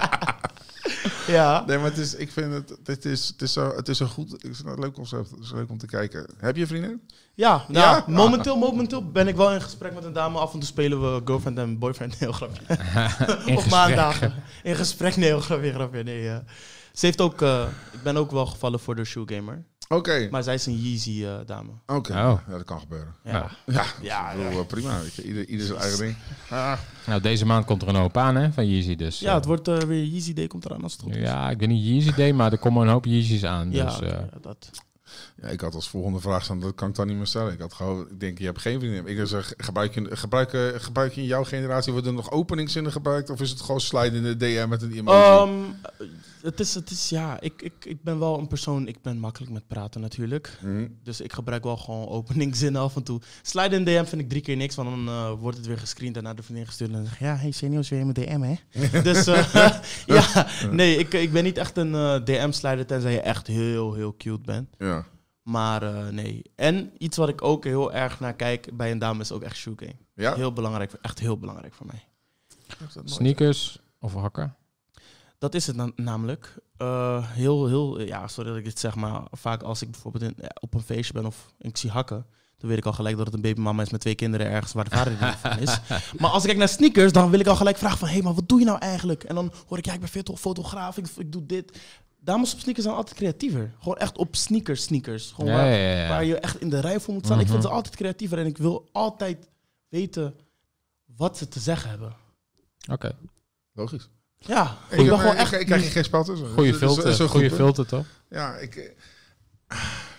C: ja.
A: Nee, maar het is, ik vind het, het is, het is, zo, het is een goed, het is een leuk concept. Het is leuk om te kijken. Heb je vrienden?
C: Ja, nou,
A: Ja?
C: Momenteel, momenteel ben ik wel in gesprek met een dame. Af en toe spelen we girlfriend en boyfriend. Heel grapje.
B: In
C: Op
B: gesprek.
C: maandagen. In gesprek, nee, heel grapje, grapje. Nee, eh. Ze heeft ook, eh, ik ben ook wel gevallen voor de shoe gamer.
A: Oké,
C: Maar zij is een Yeezy uh, dame.
A: oké.
B: Oh.
A: Ja, dat kan gebeuren.
C: Ja.
B: Ja.
A: Ja,
C: Ja,
A: ik bedoel, uh, prima. Weet je. Ieder, ieder zijn eigen ding. Ah.
B: Nou, deze maand komt er een hoop aan, hè, van Yeezy. Dus,
C: Ja, het wordt uh, weer Yeezy Day komt eraan als het goed is.
B: ja, ik weet niet Yeezy Day, maar er komen een hoop Yeezys aan.
C: Ja,
B: Dus, uh,
C: ja, dat.
A: Ja, ik had als volgende vraag staan, dat kan ik dan niet meer stellen. Ik had gewoon, ik denk, je hebt geen vriendin. Ik zeg, gebruik je, gebruik, uh, gebruik je in jouw generatie, worden er nog openingszinnen gebruikt? Of is het gewoon slide in de D M met een emoji?
C: Um, het, is, het is, ja, ik, ik, ik ben wel een persoon, ik ben makkelijk met praten natuurlijk.
A: Mm.
C: Dus ik gebruik wel gewoon openingszinnen af en toe. Slide in D M vind ik drie keer niks, want dan uh, wordt het weer gescreend en naar de vriendin gestuurd. En dan zeg ik, ja, hey, Senio is weer in mijn D M, hè? Dus uh, ja, nee, ik, ik ben niet echt een uh, D M-slider, tenzij je echt heel, heel cute bent.
A: Ja.
C: Maar uh, nee. En iets wat ik ook heel erg naar kijk bij een dame is ook echt shoe game.
A: Ja?
C: Heel belangrijk, echt heel belangrijk voor mij.
B: sneakers of hakken?
C: Dat is het na- namelijk. Uh, heel, heel, ja, sorry dat ik dit zeg, maar vaak als ik bijvoorbeeld in, op een feestje ben of ik zie hakken, dan weet ik al gelijk dat het een babymama is met twee kinderen ergens waar de vader niet van is. Maar als ik kijk naar sneakers, dan wil ik al gelijk vragen van, hé, hey, maar wat doe je nou eigenlijk? En dan hoor ik, ja, ik ben foto- fotograaf, ik, ik doe dit. Dames op sneakers zijn altijd creatiever. Gewoon echt op sneakers, sneakers. Gewoon
B: Ja,
C: waar,
B: ja, ja.
C: waar je echt in de rij voor moet staan. Ik vind
B: Mhm.
C: ze altijd creatiever en ik wil altijd weten wat ze te zeggen hebben.
B: Oké.
A: Logisch.
C: Ja,
A: Ik,
C: ik ben
A: ben
C: gewoon
A: ik,
C: echt...
A: ik krijg je geen spel tussen.
B: Goeie
A: Dus- dus-
B: filter,
A: zo goed,
B: goeie
A: hè?
B: filter toch?
A: Ja, ik... eh,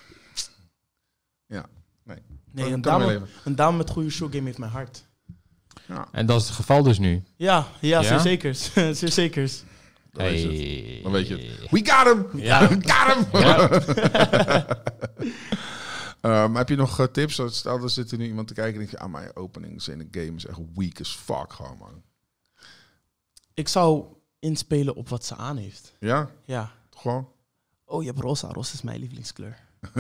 A: Ja, nee.
C: Nee,
A: Kan-
C: een
A: kan ermee
C: dame,
A: leven.
C: een dame met goede show game heeft mijn hart.
A: Ja,
B: En dat is het geval dus nu.
C: Ja, ja,
B: Ja?
C: zeer zekers. zeer zekers.
A: dan weet je het.
B: Hey.
A: Dan weet je het. We got him!
B: Ja.
A: We got him!
B: Ja.
A: Um, heb je nog uh, tips? Stel, er zit er nu iemand te kijken en denk je, ah, mijn openings in de game is echt weak as fuck gewoon, man.
C: Ik zou inspelen op wat ze aan heeft.
A: Ja?
C: Ja.
A: Gewoon?
C: Oh, je hebt rosa. Rosa is mijn lievelingskleur.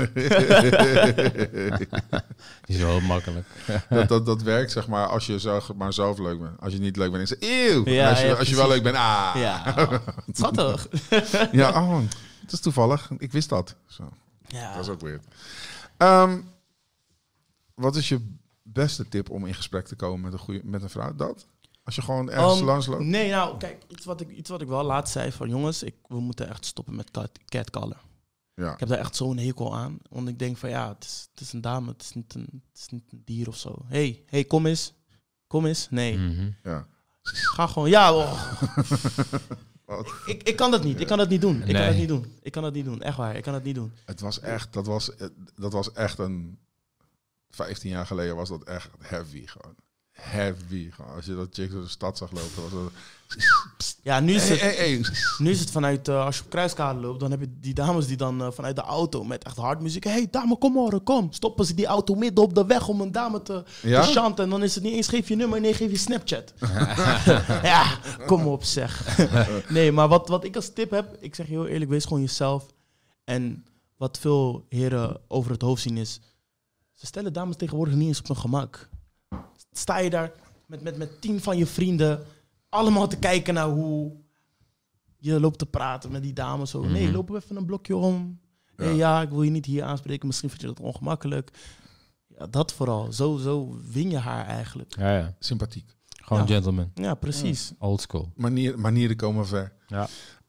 B: Die is wel heel makkelijk.
A: dat, dat, dat werkt, zeg maar, als je zelf, maar zelf leuk bent. Als je niet leuk bent, dan zeg je, eeuw.
C: Ja,
A: En als je,
C: ja,
A: als je wel leuk
C: precies.
A: bent, ah.
C: Ja, schattig.
A: Ja, oh, het is toevallig. Ik wist dat. Zo,
C: Ja.
A: dat is ook weird. Um, wat is je beste tip om in gesprek te komen met een, goede, met een vrouw? Dat? Als je gewoon ergens
C: Um,
A: langs loopt?
C: Nee, nou, kijk, iets wat ik, iets wat ik wel laatst zei van jongens, ik, we moeten echt stoppen met cat, catcallen.
A: Ja.
C: Ik heb daar echt zo'n hekel aan. Want ik denk van ja, het is, het is een dame, het is niet een, het is niet een dier of zo. hey, hey, kom eens. Kom eens. Nee.
B: Mhm.
A: Ja.
C: Ga gewoon. Ja, oh.
A: Wat?
C: ik, ik kan dat niet. Ik kan dat niet doen. Ik kan
B: Nee.
C: dat niet doen. Ik kan dat niet doen. Echt waar. Ik kan dat niet doen.
A: Het was echt, dat was, dat was echt een... vijftien jaar geleden was dat echt heavy gewoon. Heavy gewoon. Als je dat chick door de stad zag lopen, was dat...
C: Ja, nu is
A: Hey,
C: het,
A: hey, hey.
C: nu is het vanuit, uh, als je op Kruiskade loopt, dan heb je die dames die dan uh, vanuit de auto met echt hard muziek. Hé, hey, dame, kom maar, kom. Stoppen ze die auto midden op de weg om een dame te,
A: Ja?
C: te chanten. En dan is het niet eens geef je nummer, nee, geef je Snapchat. Ja, kom op zeg. Nee, maar wat, wat ik als tip heb, ik zeg je heel eerlijk, wees gewoon jezelf. En wat veel heren over het hoofd zien is, ze stellen dames tegenwoordig niet eens op hun gemak. Sta je daar met, met, met tien van je vrienden, allemaal te kijken naar hoe je loopt te praten met die dames. Zo. Nee,
B: Mhm.
C: loop even een blokje om.
A: Ja.
C: Ja. Hey, ja, ik wil je niet hier aanspreken. Misschien vind je dat ongemakkelijk. Ja, dat vooral. Zo, zo win je haar eigenlijk.
B: Ja, ja.
A: Sympathiek.
B: Gewoon
C: Ja.
B: gentleman.
C: Ja, precies.
B: Old school.
A: Manier, manieren komen ver.
B: Ja.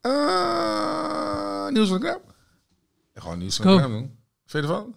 A: Uh, nieuws van de gram? Ja, gewoon nieuws van
D: Go.
A: de gram doen. Vind je ervan?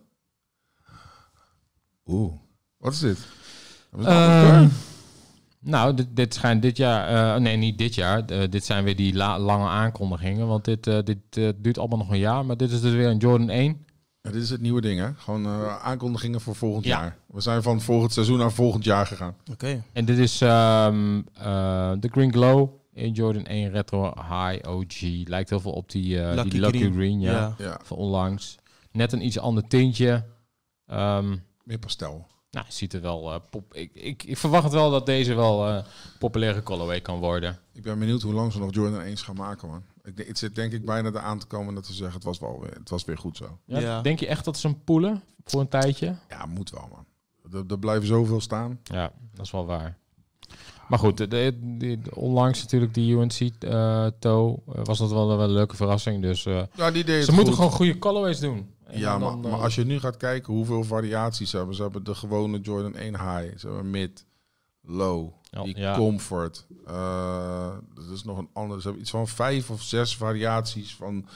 A: Oeh, wat is dit? Hebben we het al
B: Ehm,
A: gehoord?
B: nou, dit, dit schijnt dit jaar... eh, nee, niet dit jaar. Eh, dit zijn weer die la- lange aankondigingen. Want dit, eh, dit eh, duurt allemaal nog een jaar. Maar dit is dus weer een Jordan één.
A: Ja, dit is het nieuwe ding, hè? Gewoon eh, aankondigingen voor volgend
B: Ja.
A: jaar. We zijn van volgend seizoen naar volgend jaar gegaan.
C: Oké.
B: En dit is ehm, eh, de Green Glow in Jordan één Retro High O G. Lijkt heel veel op die, eh,
C: Lucky
B: die Lucky Green,
C: Green.
B: ja.
C: Ja.
A: Ja,
B: Van onlangs. Net een iets ander tintje. Ehm,
A: meer pastel.
B: nou, ziet er wel eh, pop. Ik, ik, ik verwacht wel dat deze wel eh populaire colorway kan worden.
A: Ik ben benieuwd hoe lang ze nog Jordan één gaan maken, man. Ik, denk- het zit denk ik bijna eraan te komen dat ze zeggen, het was, wel weer, het was weer goed zo.
B: Ja,
C: Ja.
B: Denk je echt dat ze hem poelen voor een tijdje?
A: Ja, moet wel, man. Er, er blijven zoveel staan.
B: Ja, dat is wel waar. Maar goed, de, de, de- de- onlangs natuurlijk die U N C-toe was dat wel, wel een leuke verrassing. Dus eh,
A: Ja, die deed
B: ze
A: het
B: moeten
A: goed.
B: gewoon goede colorways doen. En
A: Ja,
B: dan,
A: maar,
B: eh,
A: maar als je nu gaat kijken hoeveel variaties ze hebben. Ze hebben de gewone Jordan één High. Ze hebben mid, low,
B: Ja,
A: die
B: ja.
A: comfort. Uh, dat is nog een andere. Ze hebben iets van vijf of zes variaties van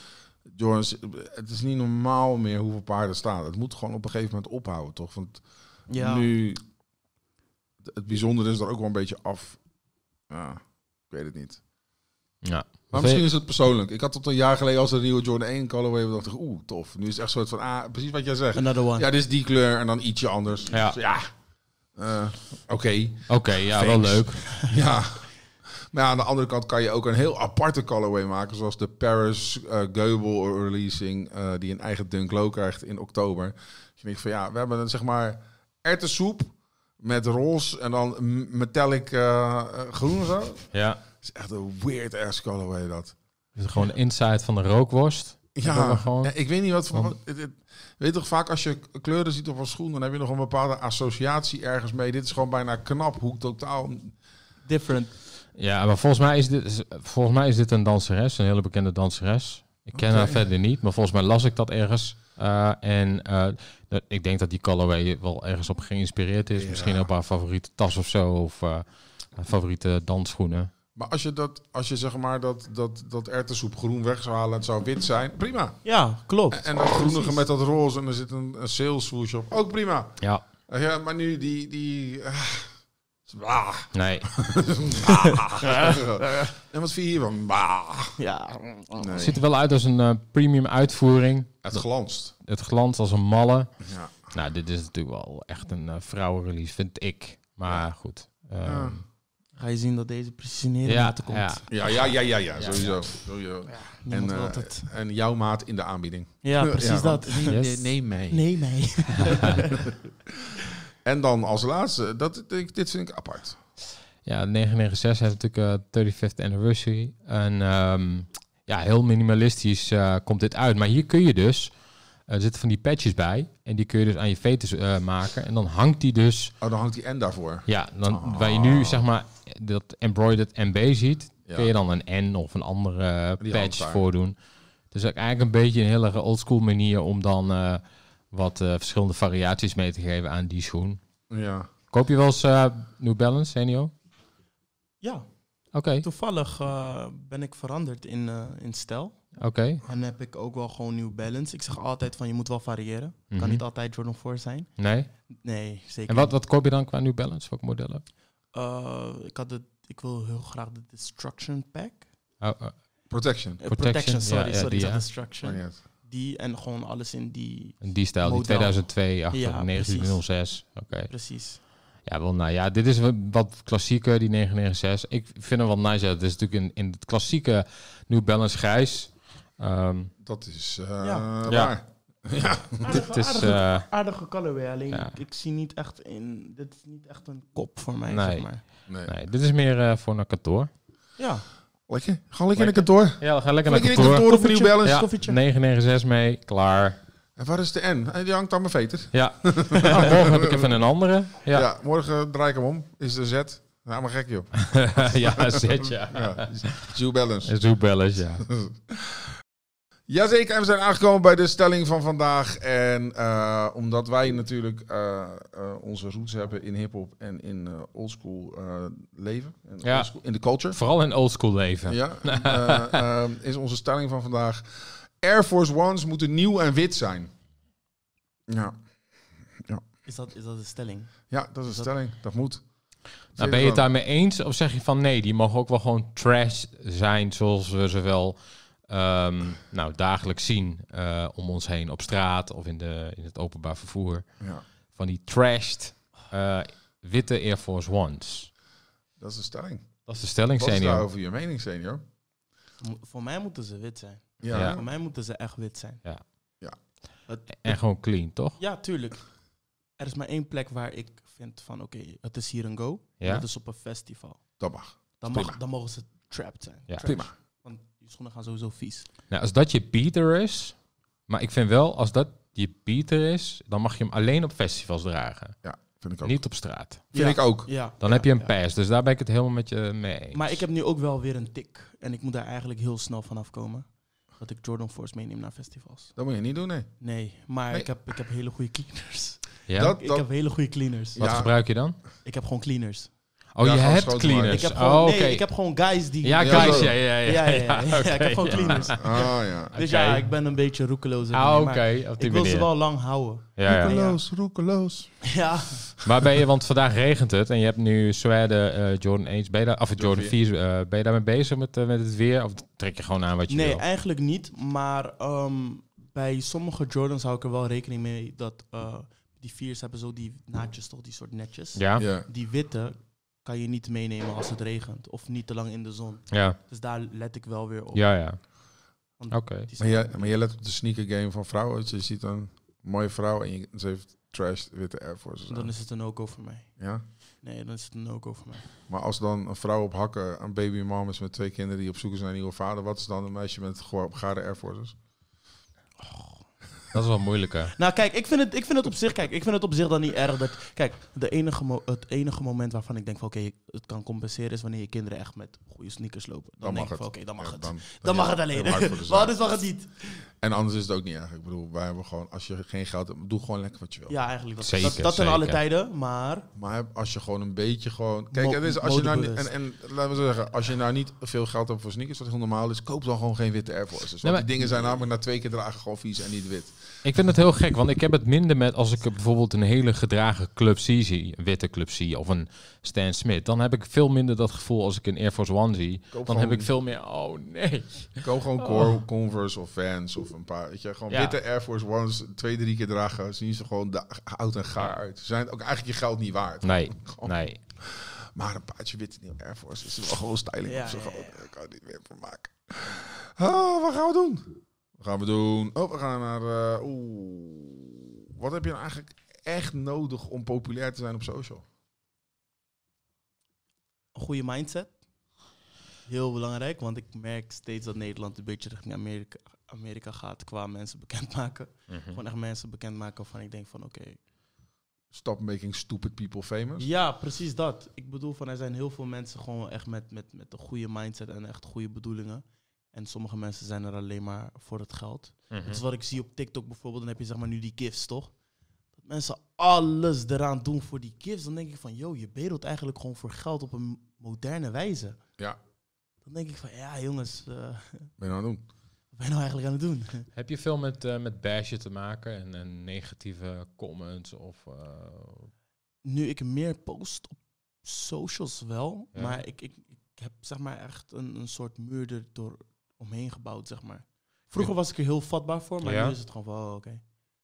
A: Jordans, het is niet normaal meer hoeveel paarden staan. Het moet gewoon op een gegeven moment ophouden, toch? Want
C: Ja.
A: nu, het bijzondere is er ook wel een beetje af. Ja, ik weet het niet.
B: Ja.
A: Maar misschien is het persoonlijk. Ik had tot een jaar geleden als een nieuwe Jordan één colorway, dacht ik, oeh, tof. Nu is het echt soort van, ah, precies wat jij zegt.
C: Another one.
A: Ja, dit is die kleur en dan ietsje anders.
B: Ja.
A: Dus ja, uh, oké. Okay.
B: Oké, okay, ja,
A: Thanks.
B: wel leuk.
A: Ja. Maar ja, aan de andere kant kan je ook een heel aparte colorway maken, zoals de Paris uh, Goebel releasing, uh, die een eigen Dunk Low krijgt in oktober. Je denkt van ja, we hebben een zeg maar erwtensoep met roze en dan metallic uh, groen of zo.
B: Ja.
A: Het is echt een weird ass colorway dat.
B: Het is gewoon de inside van de rookworst.
A: Ja,
B: gewoon...
A: ja, ik weet niet wat voor. Want... Het, het, weet toch vaak als je kleuren ziet op een schoen, dan heb je nog een bepaalde associatie ergens mee. Dit is gewoon bijna knap, hoe totaal
C: different.
B: Ja, maar volgens mij is dit, volgens mij is dit een danseres, een hele bekende danseres. Ik ken okay. haar verder niet, maar volgens mij las ik dat ergens. Uh, en uh, dat, ik denk dat die colorway wel ergens op geïnspireerd is. Ja. Misschien op haar favoriete tas of zo, of uh, haar favoriete dansschoenen.
A: Maar als je dat, als je zeg maar dat, dat, dat erwtensoep groen weg zou halen en het zou wit zijn, prima.
C: Ja, klopt.
A: En, en dat groenige met dat roze en er zit een, een sales swoosh op, ook prima.
B: Ja.
A: Ja, maar nu die... die uh, ah.
B: Nee.
A: En wat vind je hiervan? Bah.
C: Ja.
A: Nee.
B: Het ziet er wel uit als een uh, premium uitvoering.
A: Het glanst.
B: Het glanst als een malle.
A: Ja.
B: Nou, dit is natuurlijk wel echt een uh, vrouwenrelease, vind ik. Maar ja. goed. Um,
A: ja.
C: Ga je zien dat deze precies in Nederland
B: ja,
C: komt.
A: Ja, ja, ja, ja, ja, ja sowieso.
B: Ja.
A: sowieso.
C: Ja,
A: en, uh,
C: het.
A: en jouw maat in de aanbieding.
C: Ja, precies ja, dat.
B: Nee, yes.
A: nee, mee.
C: Nee, mee.
A: En dan als laatste, dat, dit vind ik apart.
B: Ja, negen negen zes heeft natuurlijk uh, thirty-fifth anniversary. En um, ja, heel minimalistisch uh, komt dit uit. Maar hier kun je dus, uh, er zitten van die patches bij. En die kun je dus aan je veters uh, maken. En dan hangt die dus...
A: Oh, dan hangt die N daarvoor.
B: Ja, dan,
A: oh.
B: waar je nu zeg maar dat embroidered M B ziet,
A: ja.
B: kun je dan een N of een andere uh, patch voordoen. Dus eigenlijk een beetje een hele oldschool manier om dan uh, wat uh, verschillende variaties mee te geven aan die schoen.
A: Ja.
B: Koop je wel eens uh, New Balance, Senio?
C: Ja.
B: Oké. Okay.
C: Toevallig uh, ben ik veranderd in, uh, in stijl.
B: Oké. Okay.
C: En heb ik ook wel gewoon New Balance. Ik zeg altijd van je moet wel variëren. Mm-hmm. Kan niet altijd Jordan four zijn.
B: Nee?
C: Nee, zeker
B: En wat, wat koop je dan qua New Balance? Welke modellen?
C: Uh, ik, had het, ik wil heel graag de Destruction Pack.
B: Oh, uh,
A: Protection.
C: Uh, protection. Protection, sorry.
B: Ja, ja,
C: sorry,
B: die, ja.
C: Destruction. Oh, yes. Die en gewoon alles in die...
B: In die stijl, die tweeduizend twee, achter
C: ja,
B: negentien nul zes. Oké. Okay.
C: Precies.
B: Ja, wel, nou ja, dit is wat klassieker, die negen negen zes. Ik vind hem wel nice. Ja, het is natuurlijk in, in het klassieke New Balance grijs. Um,
A: dat is uh,
B: ja.
A: waar.
B: Ja.
C: Ja. Aardige,
B: dit is,
C: aardige,
B: uh,
C: aardige colorway, alleen
B: ja.
C: ik, ik zie niet echt in... Dit is niet echt een kop voor mij,
B: nee.
C: zeg maar.
B: Nee. nee, dit is meer uh, voor een kantoor.
C: Ja.
A: Lekker. Ga lekker in een kantoor.
B: Ja, ga lekker
A: naar
B: kantoor.
A: in kantoor. Nieuw Balance.
B: Ja, negen negen zes mee, klaar.
A: En waar is de N? Die hangt aan mijn veter.
B: Ja. Nou, morgen heb ik even een andere. Ja,
A: ja morgen draai ik hem om. Is de Z. Nou, maar gek joh.
B: ja, Z ja.
A: ja. New Balance.
B: New Balance, ja.
A: Jazeker, en we zijn aangekomen bij de stelling van vandaag. En uh, omdat wij natuurlijk uh, uh, onze roots hebben in hiphop en in uh, oldschool uh, leven. In,
B: ja.
A: oldschool, in de culture.
B: Vooral in oldschool leven.
A: Ja, uh, uh, is onze stelling van vandaag. Air Force Ones moeten nieuw en wit zijn. Ja. ja.
C: Is dat, is dat de stelling?
A: Ja, dat is een stelling. Dat moet.
B: Nou, ben je het daarmee eens? Of zeg je van nee, die mogen ook wel gewoon trash zijn zoals we ze wel um, nou, dagelijks zien uh, om ons heen op straat of in, de, in het openbaar vervoer.
A: Ja.
B: Van die trashed uh, witte Air Force Ones.
A: Dat is de stelling.
B: Dat is de stelling,
A: Wat is
B: senior.
A: daarover je mening, senior?
C: Mo- voor mij moeten ze wit zijn.
A: Ja.
B: Ja.
C: Voor mij moeten ze echt wit zijn.
B: Ja.
A: ja.
C: Het,
B: en gewoon clean, toch?
C: Ja, tuurlijk. Er is maar één plek waar ik vind van oké, okay, het is hier een go.
B: Ja?
C: Dat is op een festival.
A: Dat mag.
C: Dan, mag, dan mogen ze trapped zijn.
B: Ja.
A: Prima.
C: Want die schoenen gaan sowieso vies.
B: Nou, als dat je beater is, maar ik vind wel, als dat je beater is, dan mag je hem alleen op festivals dragen.
A: Ja, vind ik ook.
B: Niet op straat.
A: Vind
C: ja.
A: ik ook.
C: Ja.
B: Dan
C: ja,
B: heb je een
C: ja.
B: pass, dus daar ben ik het helemaal met je mee eens.
C: Maar ik heb nu ook wel weer een tik. En ik moet daar eigenlijk heel snel vanaf komen. Dat ik Jordan Force meeneem naar festivals.
A: Dat moet je niet doen, nee.
C: Nee, maar
A: Nee.
C: Ik, heb, ik heb hele goede cleaners.
B: Ja?
A: Dat,
C: Ik
A: dat,
C: heb hele goede cleaners.
B: Wat
A: Ja.
B: gebruik je dan?
C: Ik heb gewoon cleaners.
B: Oh,
A: Ja,
B: je
A: gewoon
B: hebt
A: schoonmaken.
B: cleaners.
C: Ik heb gewoon,
B: oh, oké.
C: nee, ik heb gewoon guys die...
B: Ja,
A: Ja,
B: guys,
A: zo.
B: ja, ja, ja.
C: ja, ja, ja, ja,
B: oké,
C: ik heb gewoon
B: ja.
C: cleaners.
A: Ah, ja.
C: Dus
B: Oké.
C: ja, ik ben een beetje roekeloos.
B: Ah, oké,
C: maar
B: op die
C: ik wil ze
B: manier.
C: wel lang houden.
B: Ja, ja.
A: Roekeloos, roekeloos.
C: Ja.
B: Waar ben je, want vandaag regent het en je hebt nu Zwede, eh, Jordan één, ben je daar, of Jordan vier, uh, ben je daarmee bezig met, uh, met het weer? Of trek je gewoon aan wat je
C: Nee,
B: wil?
C: eigenlijk niet. Maar um, bij sommige Jordans hou ik er wel rekening mee dat uh, die viers hebben zo die naadjes, toch? Die soort netjes.
B: Ja?
A: Ja.
C: Die witte kan je niet meenemen als het regent. Of niet te lang in de zon.
B: Ja,
C: Dus daar let ik wel weer op.
B: ja, ja.
C: Want
B: Oké.
C: die
A: Maar,
C: zijn-
A: jij, maar jij let op de sneaker game van vrouwen. Dus je ziet een mooie vrouw en je, ze heeft trash witte Air Forces aan.
C: Dan is het een no-go voor mij.
A: Ja?
C: Nee, dan is het een no-go voor mij.
A: Maar als dan een vrouw op hakken, een baby mom is met twee kinderen die op zoek is naar een nieuwe vader, wat is dan een meisje met gewoon gare Air Forces?
B: Dat is wel moeilijker.
C: Nou, kijk, ik vind het, ik vind het op zich, kijk, ik vind het op zich dan niet erg dat, kijk, de enige mo- het enige moment waarvan ik denk van, oké, het kan compenseren is wanneer je kinderen echt met goede sneakers lopen. Dan,
A: Dan
C: denk
A: mag
C: ik van,
A: het.
C: oké, dan mag
A: Ja,
C: het.
A: dan,
C: Dan mag
A: ja,
C: het alleen.
A: heel hard voor de
C: Maar
A: zaak.
C: anders mag het niet.
A: En anders is het ook niet erg. Ik bedoel, wij hebben gewoon, als je geen geld hebt, doe gewoon lekker wat je wil.
C: Ja, eigenlijk. Dat,
B: Zeker,
C: dat, dat zijn alle
B: zeker.
C: tijden, maar...
A: Maar als je gewoon een beetje gewoon... Kijk,
C: Mo-
A: het is, als je nou niet, en,
C: modebewust.
A: en laten we zeggen, als je nou niet veel geld hebt voor sneakers, wat heel normaal is, koop dan gewoon geen witte Air Forces. Want
B: Nee, maar-
A: die dingen zijn namelijk na twee keer dragen gewoon vies en niet wit.
B: Ik vind het heel gek, want ik heb het minder met als ik bijvoorbeeld een hele gedragen Club C zie, een witte Club C of een Stan Smith. Dan heb ik veel minder dat gevoel als ik een Air Force One zie. Dan
A: gewoon-
B: heb ik veel meer, oh nee.
A: Koop gewoon Cor- Converse of Vans of een paar, weet je, gewoon
B: Ja.
A: witte Air Force Ones, twee, drie keer dragen, zien ze gewoon da- oud en gaar uit. Ze zijn ook eigenlijk je geld niet waard.
B: Nee,
A: Gewoon-
B: nee.
A: Maar een paardje witte nieuwe Air Force is wel gewoon styling
C: Ja,
A: op zich.
C: ja,
A: gewoon.
C: ja.
A: Ik kan er niet meer van maken. Oh, wat gaan we doen? Wat gaan we doen? Oh, we gaan naar... eh, Oeh. Wat heb je nou eigenlijk echt nodig om populair te zijn op social?
C: Een goede mindset. Heel belangrijk, want ik merk steeds dat Nederland een beetje richting Amerika, Amerika gaat qua mensen bekendmaken.
B: Mhm.
C: Gewoon echt mensen bekendmaken waarvan ik denk van, oké...
A: Stop making stupid people famous.
C: Ja, precies dat. Ik bedoel, van er zijn heel veel mensen gewoon echt met, met, met een goede mindset en echt goede bedoelingen. En sommige mensen zijn er alleen maar voor het geld.
B: Mhm.
C: Dat is wat ik zie op TikTok bijvoorbeeld. Dan heb je zeg maar nu die gifts, toch? Dat mensen alles eraan doen voor die gifts. Dan denk ik van, yo, je bedelt eigenlijk gewoon voor geld op een moderne wijze.
A: Ja.
C: Dan denk ik van, ja jongens, uh,
A: Ben je nou aan het doen?
C: wat ben je nou eigenlijk aan het doen?
B: Heb je veel met, uh, met bashen te maken en, en negatieve comments of... Uh...
C: Nu ik meer post op socials wel,
B: Ja.
C: maar ik, ik, ik heb zeg maar echt een, een soort muur er door omheen gebouwd, zeg maar. Vroeger was ik er heel vatbaar voor, maar
B: Ja.
C: nu is het gewoon van, oh, oké.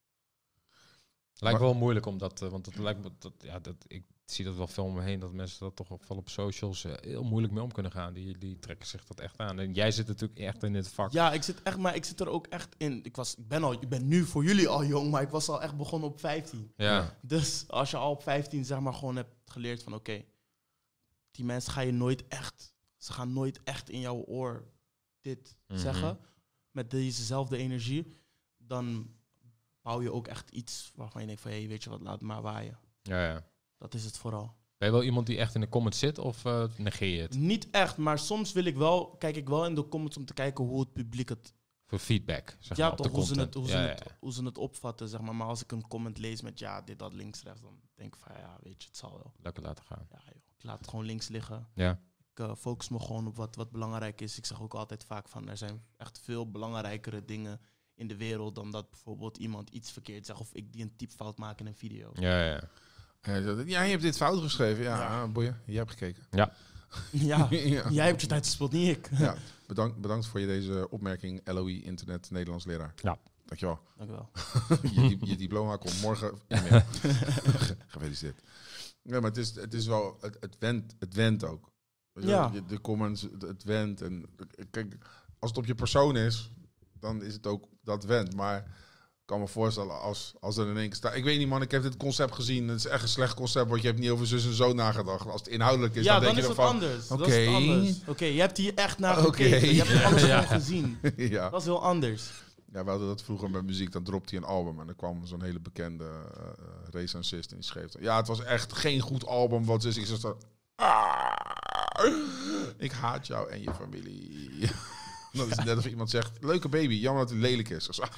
B: Lijkt
A: Maar-
B: wel moeilijk om dat, uh, want het lijkt me dat, ja, dat ik zie dat wel veel om me heen dat mensen dat toch wel op socials uh, heel moeilijk mee om kunnen gaan. Die, die trekken zich dat echt aan. En jij zit natuurlijk echt in dit vak.
C: Ja, ik zit echt, maar ik zit er ook echt in. Ik, was, ik, ben al, ik ben nu voor jullie al jong, maar ik was al echt begonnen op vijftien.
B: Ja.
C: Dus als je al op vijftien zeg maar gewoon hebt geleerd van, oké, die mensen ga je nooit echt, ze gaan nooit echt in jouw oor dit
B: Mhm.
C: zeggen, met dezezelfde energie, dan bouw je ook echt iets waarvan je denkt van, hé, hey, weet je wat, laat maar waaien.
B: Ja, ja.
C: Dat is het vooral.
B: Ben je wel iemand die echt in de comments zit of uh, negeer je het?
C: Niet echt, maar soms wil ik wel, kijk ik wel in de comments om te kijken hoe het publiek het,
B: Voor feedback, zeg
C: ja
B: maar, op
C: toch,
B: de
C: hoe ze,
B: content.
C: het, hoe,
B: ja,
C: ze
B: ja,
C: het,
B: ja.
C: hoe ze het opvatten, zeg maar. Maar als ik een comment lees met, ja, dit, dat, links, rechts, dan denk ik van, ja, weet je, het zal wel.
B: Lekker laten gaan.
C: Ja, joh, ik laat het gewoon links liggen.
B: Ja.
C: Ik uh, focus me gewoon op wat, wat belangrijk is. Ik zeg ook altijd vaak van, er zijn echt veel belangrijkere dingen in de wereld dan dat bijvoorbeeld iemand iets verkeerd zegt of ik die een typfout maak in een video.
B: Ja, ja.
A: Ja, dat- ja, je hebt dit fout geschreven. Ja,
C: Ja.
A: boeien. Je hebt gekeken.
C: Ja,
A: ja.
C: jij hebt je tijd gespeeld, niet ik.
A: Ja. Bedankt, bedankt voor je deze opmerking, L O I, internet, Nederlands leraar.
B: Ja.
A: Dankjewel.
C: Dank u wel.
A: je, di- je diploma komt morgen in mail. Ge- Gefeliciteerd. Ja, maar het is, het is wel, het, het went, het went ook. Weet je
C: Ja.
A: wel, je- De comments, het, het went. En kijk, als het op je persoon is, dan is het ook dat went. Maar ik kan me voorstellen als, als er in één keer staat. Ik weet niet, man, ik heb dit concept gezien. Het is echt een slecht concept, want je hebt niet over zus en zo nagedacht. Als het inhoudelijk is,
C: Ja,
A: dan
C: dan,
A: denk
C: is
A: je
C: het
A: dan van.
C: anders.
A: oké.
C: Dat is het anders. Oké, je hebt hier echt naar
A: Oké.
C: gekeken. Je hebt alles
B: Ja.
C: gewoon gezien.
A: ja.
C: Dat is heel anders.
A: Ja, we hadden dat vroeger met muziek. Dan dropte hij een album en dan kwam zo'n hele bekende uh, recensist en die schreef dan, ja, het was echt geen goed album. Wat is? Ik zeg dan, ah, ik haat jou en je familie. Dan is het net of iemand zegt, leuke baby, jammer dat hij lelijk is. Zo,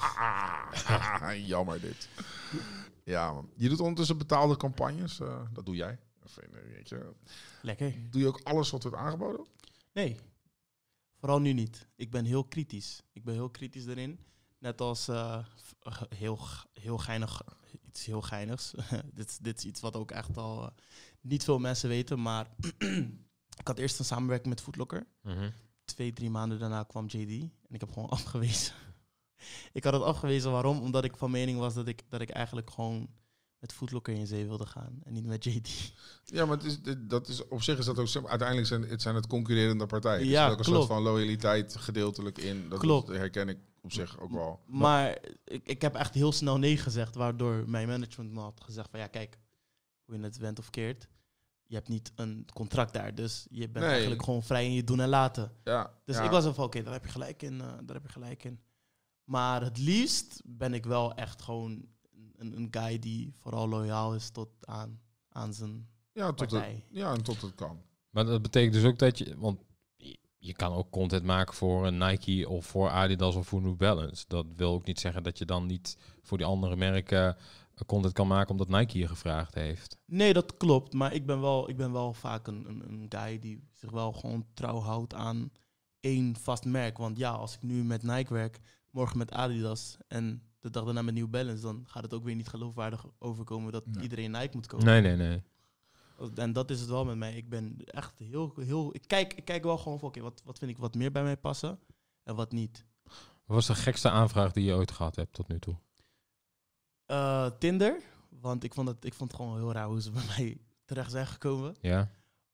A: ah, jammer dit. Ja, man. Je doet ondertussen betaalde campagnes. Uh, dat doe jij. weet je.
C: Lekker.
A: Doe je ook alles wat wordt aangeboden?
C: Nee, vooral nu niet. Ik ben heel kritisch. Ik ben heel kritisch erin. Net als uh, heel, heel geinig, iets heel geinigs. dit, dit is iets wat ook echt al uh, niet veel mensen weten. Maar ik had eerst een samenwerking met Foot Locker.
B: Mm-hmm.
C: Twee, drie maanden daarna kwam J D. En ik heb gewoon afgewezen. ik had het afgewezen, waarom? Omdat ik van mening was dat ik, dat ik eigenlijk gewoon met Foot Locker in zee wilde gaan. En niet met J D.
A: Ja, maar het is, dat is, op zich is dat ook... Uiteindelijk zijn het, zijn het concurrerende partijen.
C: Ja,
A: er is ook een
C: klopt.
A: soort van loyaliteit gedeeltelijk in. Dat,
C: Klopt.
A: dat herken ik op zich ook wel.
C: Maar ik, ik heb echt heel snel nee gezegd, waardoor mijn management me had gezegd van ja, kijk, hoe je het went of keert, je hebt niet een contract daar, dus je bent
A: Nee.
C: eigenlijk gewoon vrij in je doen en laten.
A: Ja,
C: Dus
A: ja.
C: ik was er van, oké, okay, daar heb je gelijk in, uh, daar heb je gelijk in. Maar het liefst ben ik wel echt gewoon een, een guy die vooral loyaal is tot aan, aan zijn
A: Ja, tot het,
C: partij.
A: ja, en tot het kan.
B: Maar dat betekent dus ook dat je... Want je kan ook content maken voor een Nike of voor Adidas of voor New Balance. Dat wil ook niet zeggen dat je dan niet voor die andere merken content kan maken omdat Nike je gevraagd heeft.
C: Nee, dat klopt. Maar ik ben wel, ik ben wel vaak een, een, een guy die zich wel gewoon trouw houdt aan één vast merk. Want ja, als ik nu met Nike werk, morgen met Adidas en de dag daarna met New Balance, dan gaat het ook weer niet geloofwaardig overkomen dat
A: Nee.
C: iedereen Nike moet kopen.
B: Nee, nee, nee.
C: En dat is het wel met mij. Ik ben echt heel, heel... Ik kijk, ik kijk wel gewoon van, oké, wat, wat vind ik wat meer bij mij passen en wat niet.
B: Wat was de gekste aanvraag die je ooit gehad hebt tot nu toe?
C: Uh, Tinder, want ik vond, het, ik vond het gewoon heel raar hoe ze bij mij terecht zijn gekomen.
B: Ja?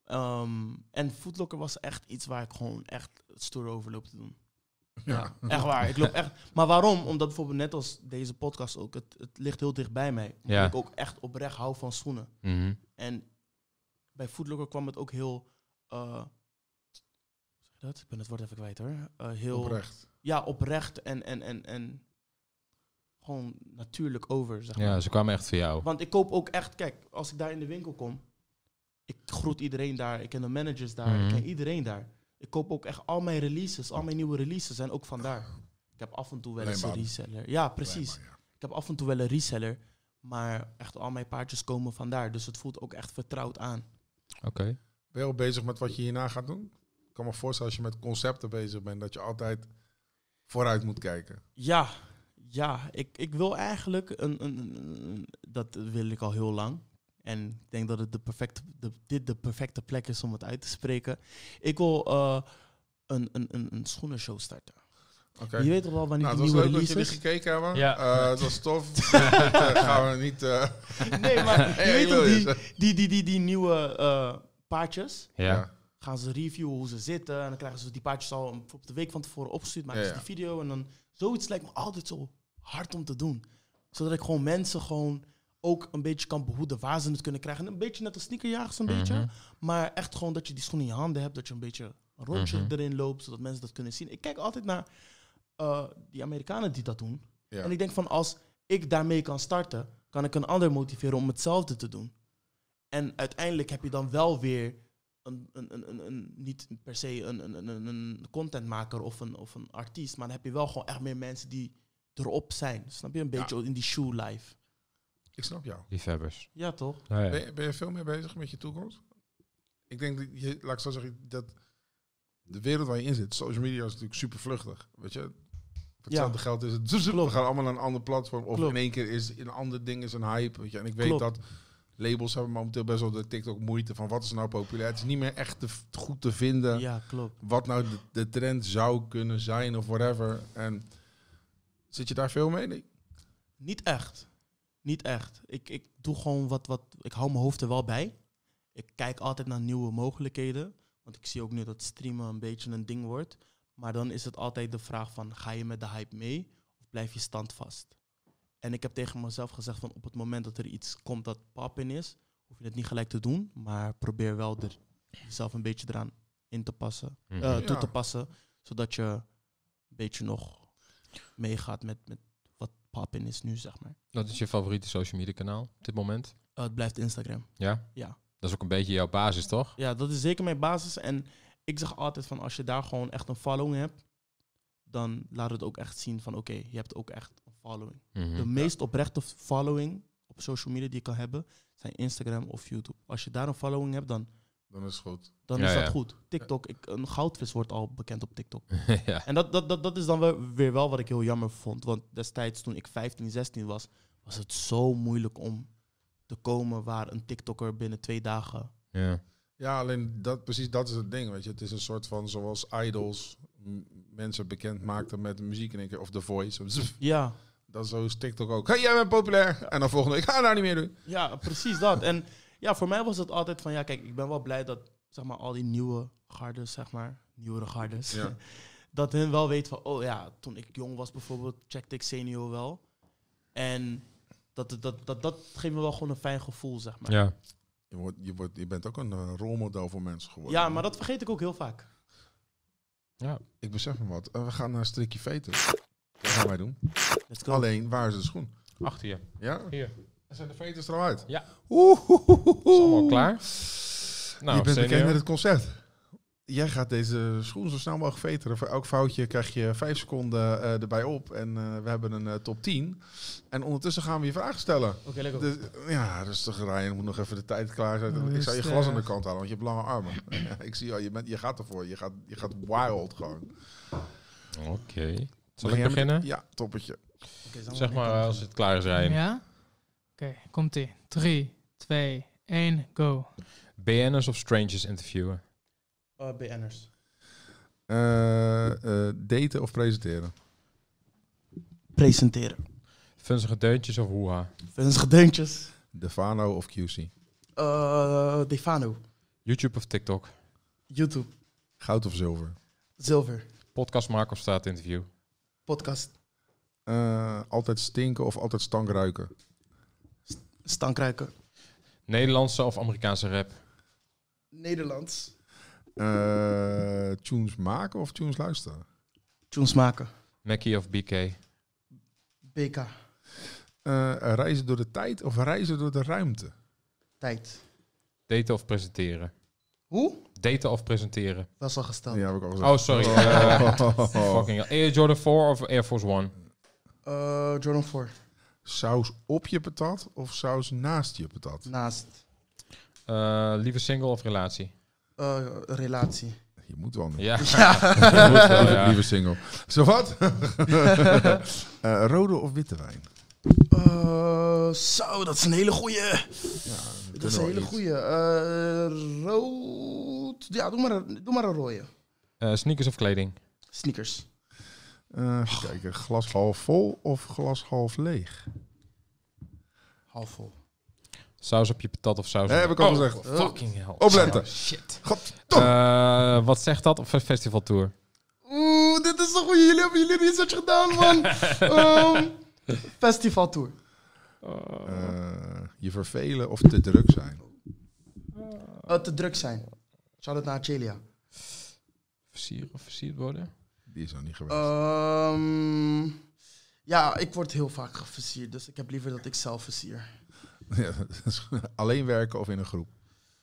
C: Um, en Foot Locker was echt iets waar ik gewoon echt stoer over loop te doen.
A: Ja.
C: Echt waar. Ik loop echt. Maar waarom? Omdat bijvoorbeeld net als deze podcast ook, het, het ligt heel dicht bij mij. Omdat
B: Ja.
C: ik ook echt oprecht hou van schoenen.
B: Mm-hmm.
C: En bij Foot Locker kwam het ook heel... Uh, hoe zeg je dat? Ik ben het woord even kwijt hoor. Uh, heel,
A: Oprecht.
C: Ja, oprecht en, en, en, en gewoon natuurlijk over, zeg maar.
B: Ja, ze kwamen echt voor jou.
C: Want ik koop ook echt... Kijk, als ik daar in de winkel kom, ik groet iedereen daar. Ik ken de managers daar.
B: Mhm.
C: Ik ken iedereen daar. Ik koop ook echt al mijn releases. Al mijn nieuwe releases zijn ook vandaar. Ik heb af en toe wel eens een
A: Lijnbaan.
C: reseller. Ja, precies.
A: Blijkbaar, ja.
C: Ik heb af en toe wel een reseller. Maar echt al mijn paardjes komen vandaar. Dus het voelt ook echt vertrouwd aan.
B: Oké. Okay.
A: Ben je al bezig met wat je hierna gaat doen? Ik kan me voorstellen als je met concepten bezig bent, dat je altijd vooruit moet kijken.
C: Ja, ja. Ik, ik wil eigenlijk... Een, een, een, een- dat wil ik al heel lang. En ik denk dat het de perfecte, de, dit de perfecte plek is om het uit te spreken. Ik wil uh, een, een, een, een schoenenshow starten.
A: Oké.
C: Je weet toch wel wanneer
A: Nou,
C: die
A: het was
C: nieuwe
A: leuk dat
C: releases...
A: jullie gekeken hebben.
B: Ja.
A: Uh, het was tof. Dat gaan we niet... Uh...
C: Nee, maar je
A: Hey,
C: weet toch,
A: Louis,
C: die, die, die, die, die nieuwe uh, paardjes,
B: Ja.
C: gaan ze reviewen hoe ze zitten. En dan krijgen ze die paardjes al een- op de week van tevoren opgestuurd. Maken
A: Ja,
C: ze
A: ja.
C: die video. En dan zoiets lijkt me altijd zo hard om te doen. Zodat ik gewoon mensen gewoon ook een beetje kan behoeden waar ze het kunnen krijgen. En een beetje net als sneakerjagers een beetje.
B: Mhm.
C: Maar echt gewoon dat je die schoen in je handen hebt. Dat je een beetje een rondje
B: Mhm.
C: erin loopt. Zodat mensen dat kunnen zien. Ik kijk altijd naar uh, die Amerikanen die dat doen.
A: Ja.
C: En ik denk van als ik daarmee kan starten, kan ik een ander motiveren om hetzelfde te doen. En uiteindelijk heb je dan wel weer een, een, een, een, een niet per se een, een, een, een contentmaker of een, of een artiest, maar dan heb je wel gewoon echt meer mensen die erop zijn. Snap je? Een
A: Ja.
C: beetje in die shoe life.
A: Ik snap jou.
B: Liefhebbers.
C: Ja, toch?
B: Ja, ja.
A: Ben je, ben je veel meer bezig met je toekomst? Ik denk, dat je, laat ik zo zeggen, dat de wereld waar je in zit, social media is natuurlijk super vluchtig. Weet je? Voor hetzelfde geld is het, we
C: Klopt.
A: gaan allemaal naar een ander platform. Of
C: Klopt.
A: in één keer is een ander ding is een hype. Weet je? En ik weet
C: Klopt.
A: dat labels hebben momenteel best wel de TikTok moeite van wat is nou populair. Het is niet meer echt te, goed te vinden
C: Ja, klopt.
A: wat nou de, de trend zou kunnen zijn of whatever. En zit je daar veel mee? Nee.
C: Niet echt. Niet echt. Ik, ik doe gewoon wat, wat... Ik hou mijn hoofd er wel bij. Ik kijk altijd naar nieuwe mogelijkheden. Want ik zie ook nu dat streamen een beetje een ding wordt. Maar dan is het altijd de vraag van... Ga je met de hype mee? Of blijf je standvast? En ik heb tegen mezelf gezegd van... Op het moment dat er iets komt dat pop-in is... Hoef je het niet gelijk te doen. Maar probeer wel er, jezelf een beetje eraan in te passen.
B: Mhm.
C: eh, toe
A: Ja.
C: te passen. Zodat je een beetje nog meegaat met, met wat pop-in is nu, zeg maar.
B: Wat is je favoriete social media kanaal op dit moment?
C: Uh, het blijft Instagram.
B: Ja?
C: Ja.
B: Dat is ook een beetje jouw basis, toch?
C: Ja, dat is zeker mijn basis. En ik zeg altijd van als je daar gewoon echt een following hebt, dan laat het ook echt zien van oké, je hebt ook echt een following.
B: Mhm.
C: De meest oprechte following op op social media die je kan hebben, zijn Instagram of YouTube. Als je daar een following hebt, dan,
A: Dan is het goed.
C: dan
B: Ja,
C: is dat
B: ja.
C: goed. TikTok, ik, een goudvis wordt al bekend op TikTok.
B: ja.
C: En dat, dat, dat, dat is dan wel, weer wel wat ik heel jammer vond. Want destijds, toen ik vijftien, zestien was, was het zo moeilijk om te komen waar een TikToker binnen twee dagen...
B: ja.
A: Ja, alleen dat, precies dat is het ding, weet je. Het is een soort van, zoals idols m- mensen bekend maakten met muziek in één keer, of The Voice.
C: Ja,
A: Dat is zo is TikTok ook. Hey, jij bent populair. En dan volgende week, ga nou niet meer doen.
C: ja, precies dat. En ja, voor mij was het altijd van, ja, kijk, ik ben wel blij dat, zeg maar, al die nieuwe gardes, zeg maar, nieuwere gardes,
A: Ja.
C: dat hun wel weet van, oh ja, toen ik jong was bijvoorbeeld, checkte ik Senio wel. En dat, dat, dat, dat, dat geeft me wel gewoon een fijn gevoel, zeg maar.
B: ja.
A: Je, wordt, je, wordt, je bent ook een uh, rolmodel voor mensen geworden.
C: Ja, maar dat vergeet ik ook heel vaak.
B: Ja.
A: Ik besef me wat. Uh, we gaan naar Strikje Veten. Dat gaan wij doen.
C: Let's go.
A: Alleen, waar is de schoen?
B: Achter je.
A: Ja?
B: Hier.
A: Zijn de veters er al uit?
B: Ja.
A: Oeh, oeh, oeh, oeh.
B: Is allemaal klaar? Nou,
A: je bent
B: senior.
A: bekend met het concept. Jij gaat deze schoen zo snel mogelijk veteren. Voor elk foutje krijg je vijf seconden uh, erbij op. En uh, we hebben een uh, top tien. En ondertussen gaan we je vragen stellen.
C: Oké, lekker.
A: Dus, ja, rustig Ryan. Je moet nog even de tijd klaar zijn.
D: Oh,
A: ik zou je
D: rustig.
A: glas aan de kant halen, want je hebt lange armen. Ja, ik zie al, je, bent, je gaat ervoor. Je gaat, je gaat wild gewoon.
B: Oké. Zal
A: Begin
B: ik
A: jij
B: beginnen?
A: met- Ja, toppetje.
C: Oké, zal
B: Zeg
C: ik
B: maar als het klaar is, Ryan.
D: Ja? Oké, komt-ie. drie, twee, één, go.
B: B N'ers of strangers interviewen?
C: Uh, B N'ers.
A: Uh, uh, daten of presenteren?
C: Presenteren.
B: Funzige deuntjes of hoeha?
C: Vunzige deuntjes.
A: Defano of Q C?
C: Uh, Defano.
B: YouTube of TikTok?
C: YouTube.
A: Goud of zilver?
C: Zilver.
B: Podcast maken of straatinterview?
C: Podcast.
A: Uh, altijd stinken of altijd stank ruiken?
C: Stankruiken.
B: Nederlandse of Amerikaanse rap?
C: Nederlands.
A: Uh, tunes maken of tunes luisteren?
C: Tunes maken.
B: Mackie of B K?
C: B K.
A: Uh, reizen door de tijd of reizen door de ruimte?
C: Tijd.
B: Daten of presenteren?
C: Hoe?
B: Daten of presenteren?
C: Dat is al gesteld.
A: Ja, heb ik al gezegd.
B: Oh, sorry. Uh, fucking hell. Air Jordan four of Air Force One?
C: Uh, Jordan four.
A: Saus op je patat of saus naast je patat?
C: Naast.
B: Uh, liever single of relatie?
C: Uh, relatie.
A: Je moet wel.
B: Ja.
C: Ja.
B: Je moet wel,
A: Lieve,
B: ja.
A: lieve single. Zo wat? uh, rode of witte wijn?
C: Uh, zo, dat is een hele goeie.
A: Ja,
C: Dat is een hele goeie. Uh, rood. Ja, doe maar, een- doe maar een rode.
B: Uh, sneakers of kleding?
C: Sneakers.
A: Uh, even kijken. Glas half vol of glas half leeg?
C: Half vol.
B: Saus op je patat of saus?
A: Hè,
B: op-
A: heb ik al
B: Oh,
A: gezegd.
B: Fucking hell.
A: Opletten.
B: Oh, shit.
A: God.
B: Uh, wat zegt dat op een festivaltour?
C: Oeh, dit is een goeie. Jullie hebben jullie research gedaan, man. um, festivaltour.
A: Uh, je vervelen of te druk zijn?
C: Uh, te druk zijn. Shout-out naar Celia.
B: Versieren of versierd worden?
A: Die is nog niet geweest.
C: Um, ja, ik word heel vaak geversierd, dus ik heb liever dat ik zelf versier.
A: Ja, dat is alleen werken of in een groep?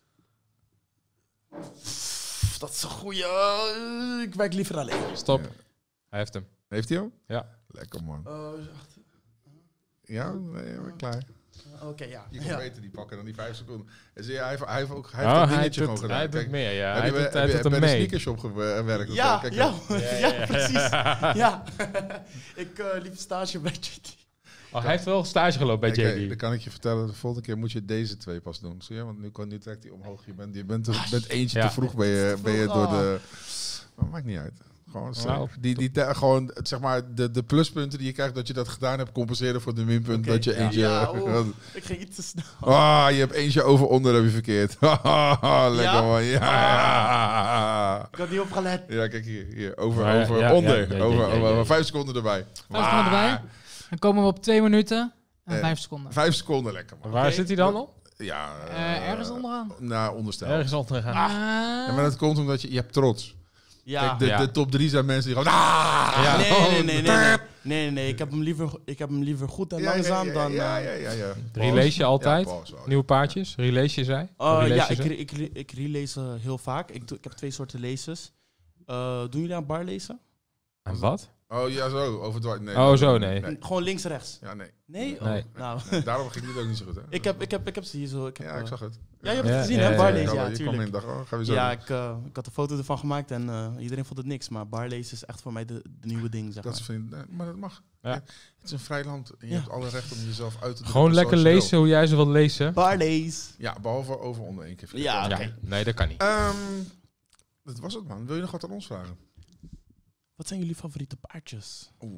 C: Pff, dat is een goeie. Uh, ik werk liever alleen.
B: Stop.
A: Ja.
B: Hij heeft hem.
A: Heeft hij hem?
B: Ja.
A: Lekker man.
C: Uh, wacht.
A: Ja, nee, ik ben klaar.
C: Oké, okay, ja.
A: Je kan
C: ja.
A: beter die pakken dan die vijf seconden. En zie je, hij, heeft, hij heeft ook hij
B: Oh,
A: heeft dat
B: hij
A: dingetje
B: doet,
A: gewoon gedaan.
B: hij doet
A: Kijk,
B: meer, ja.
A: heb
B: Hij
A: je
B: doet,
A: bij,
B: hij
A: heb je
B: doet hem
A: bij de
B: mee.
A: sneakershop gewerkt? of
C: Ja,
A: zo? Kijk,
C: ja,
B: Ja,
C: ja,
B: ja, ja.
C: precies. Ja. ik uh, liep stage bij J T.
B: Oh, hij heeft wel stage gelopen bij
A: Oké,
B: J D.
A: dan kan ik je vertellen, de volgende keer moet je deze twee pas doen. Zie je? Want nu, kan, nu trekt hij omhoog. Je bent, je bent, je bent eentje
B: Ja.
A: te vroeg ben je, ben je
C: vroeg,
A: door
C: ah.
A: de... Maar maakt niet uit. Gewoon, zo.
B: Nou,
A: die, die, te- gewoon het, zeg maar, de, de pluspunten die je krijgt dat je dat gedaan hebt, compenseren voor de minpunten
C: Oké,
A: dat je
C: ja.
A: eentje...
C: Ja, oeh. Ik ging iets te snel.
A: Ah, je hebt eentje over onder heb je verkeerd. Lekker
C: Ja?
A: man. Ja.
C: Ik had niet opgelet.
A: Ja, kijk hier. hier over,
B: Ja,
A: over,
B: ja,
A: onder.
B: ja, ja,
A: over,
B: ja, ja,
A: over
B: ja.
A: vijf seconden erbij.
D: Vijf seconden erbij. Dan komen we op twee minuten en
A: Eh,
D: vijf seconden.
A: Vijf seconden lekker man.
B: Waar
C: Oké.
B: zit hij dan al?
A: Ja.
D: Eh, ergens onderaan.
A: Nou, onderstel.
B: Ergens onderaan.
D: Ah.
A: Ja, maar dat komt omdat je, je hebt trots.
C: Ja.
A: Kijk, de,
B: Ja.
A: de top drie zijn mensen die gewoon... Ah!
B: Ja.
C: Nee, nee, nee, nee, nee. Nee, nee, ik heb hem liever, ik heb hem liever goed en
A: Ja, ja,
C: langzaam
A: ja,
C: dan...
A: Ja,
C: eh,
A: ja, ja. ja.
B: Release je altijd?
A: Ja, Paul,
B: Nieuwe paardjes? Release je zij?
C: Uh,
B: Release
C: ja,
B: je
C: ik,
B: ze?
C: re- ik, re- ik release uh, heel vaak. Ik, doe, ik heb twee soorten lezen. Uh, doen jullie aan bar lezen?
B: En wat?
A: Oh ja, zo. Over het nee,
B: Oh,
A: nee,
B: zo,
A: nee.
B: nee.
C: Gewoon links-rechts.
A: Ja, nee.
C: Nee? Oh,
B: Nee.
C: nou.
A: Nee, daarom ging dit ook niet zo goed, hè?
C: ik, heb, ik, heb, ik heb ze hier zo. Ik heb,
A: Ja, ik zag het.
C: Ja, je hebt
B: Ja,
C: het gezien,
B: ja,
C: hè?
B: ja,
C: Barley's,
A: Ja,
C: ja,
A: je kwam in
C: tuurlijk.
A: en dacht, oh, gaan we zo
C: Ja,
A: doen.
C: ik, uh, ik had een foto ervan gemaakt en uh, iedereen vond het niks. Maar Barley's is echt voor mij de, de nieuwe ding, zeg
A: Dat
C: maar.
A: vind, nee, maar dat mag.
B: Ja.
A: Ja, het is een vrij land en je
C: Ja.
A: hebt alle recht om jezelf uit te drukken.
B: Gewoon lekker
A: zoals je
B: lezen hoe jij ze wilt lezen.
C: Barley's.
A: wil. Ja, behalve over onder één keer.
C: Ja, oké.
B: Ja, nee, dat kan niet.
A: Ehm, dat was het, man. Wil je nog wat aan ons vragen?
C: Wat zijn jullie favoriete paardjes?
A: Oeh.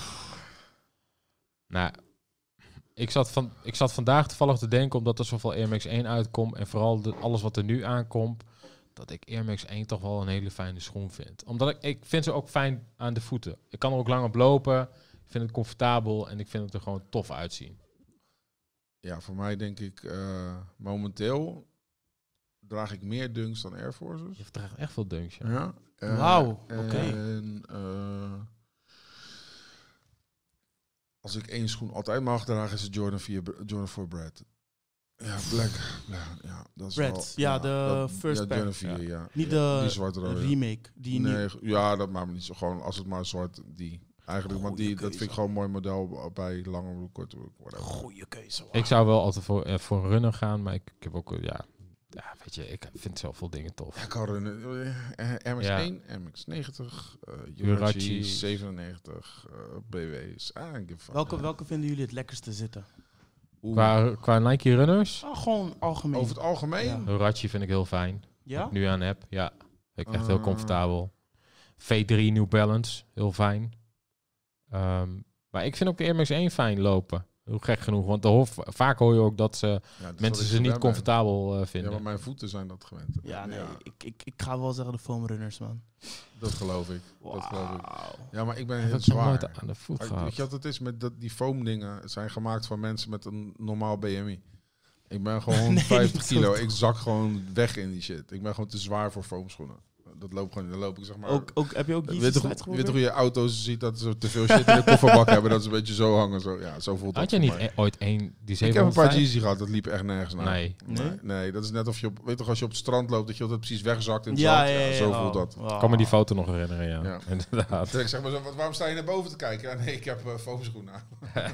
B: Nou, ik zat, van, ik zat vandaag toevallig te denken, omdat er zoveel Air Max één uitkomt en vooral de, alles wat er nu aankomt, dat ik Air Max één toch wel een hele fijne schoen vind. Omdat ik, ik vind ze ook fijn aan de voeten. Ik kan er ook lang op lopen, ik vind het comfortabel en ik vind het er gewoon tof uitzien.
A: Ja, voor mij denk ik uh, momenteel draag ik meer Dunks dan Air Forces.
B: Je draagt echt veel dunks, ja.
A: Ja. Uh,
C: Wauw, oké.
A: Okay. En uh, als ik één schoen altijd mag dragen, is het Jordan vier, Jordan vier Bread. Ja, black. Ja, ja, dat is
C: Bread.
A: wel,
C: Ja, de
A: dat,
C: first
A: ja,
C: pack.
A: Jordan vier, ja. ja.
C: Niet
A: ja,
C: de
A: die zwart-rode.
C: remake. Die
A: nee,
C: nu...
A: ja, dat maakt me niet zo. Gewoon als het maar zwart, die. Eigenlijk, want die,
C: Goeie
A: dat vind ik
C: keuze.
A: gewoon een mooi model bij lange broek, korte broek, whatever.
C: Goeie keuze. Wow.
B: Ik zou wel altijd voor, uh, voor een runner gaan, maar ik, ik heb ook, uh, ja, ja, weet je, ik vind zelf veel dingen tof.
A: Ik had een uh, M X één, ja. M X negentig, uh, Urachi zevenennegentig, uh, B W's. Ah,
C: welke, welke vinden jullie het lekkerste zitten?
B: Qua, qua Nike runners?
C: Oh, gewoon algemeen.
A: Over het algemeen?
C: Ja.
B: Urachi vind ik heel fijn.
C: Ja?
B: Wat ik nu aan heb, ja. Vind ik echt
A: Uh.
B: heel comfortabel. V drie New Balance, heel fijn. Um, maar ik vind ook de Air Max één fijn lopen. Heel gek genoeg, want de hof, vaak hoor je ook dat ze
A: Ja, dat
B: mensen ze niet comfortabel uh, vinden.
A: Ja, maar mijn voeten zijn dat gewend.
C: Ja, nee,
A: ja.
C: Ik, ik, ik ga wel zeggen de foam runners, man.
A: Dat geloof ik. Wow. Dat geloof ik. Ja, maar ik ben
B: Ik
A: heel
B: heb het
A: zwaar.
B: nooit aan de voet
A: Weet
B: gehad.
A: je wat het is met dat, die foam dingen? zijn gemaakt van mensen met een normaal B M I. Ik ben gewoon
C: Nee,
A: vijftig kilo.
C: zo.
A: Ik zak gewoon weg in die shit. Ik ben gewoon te zwaar voor foamschoenen. Dat loopt gewoon, dan loop ik zeg maar.
C: Ook, ook, heb je ook
A: weet
C: Yeezys
A: toch,
C: uitgeprobeerd?
A: weet toch hoe je auto's ziet dat ze te veel shit in de kofferbak hebben, dat ze een beetje zo hangen. Zo, ja, zo voelt dat.
B: Had je
A: voor
B: niet
A: mij.
B: e- ooit één die
A: Ik heb een
B: zevenhonderdvijf?
A: paar Yeezy gehad, dat liep echt nergens naar.
B: Nee.
A: Nee,
C: Nee?
A: nee, dat is net of je op, weet toch, als je op het strand loopt, dat je altijd precies wegzakt in het
C: Ja,
A: zand.
C: ja,
A: Ja,
C: ja,
A: zo
C: ja.
A: voelt dat.
C: Wow.
B: Ik kan me die foto nog herinneren, ja.
A: Ja.
B: Inderdaad.
A: Dus ik zeg maar zo, wat, waarom sta je naar boven te kijken? Ja, nee, ik heb uh, foamschoenen aan.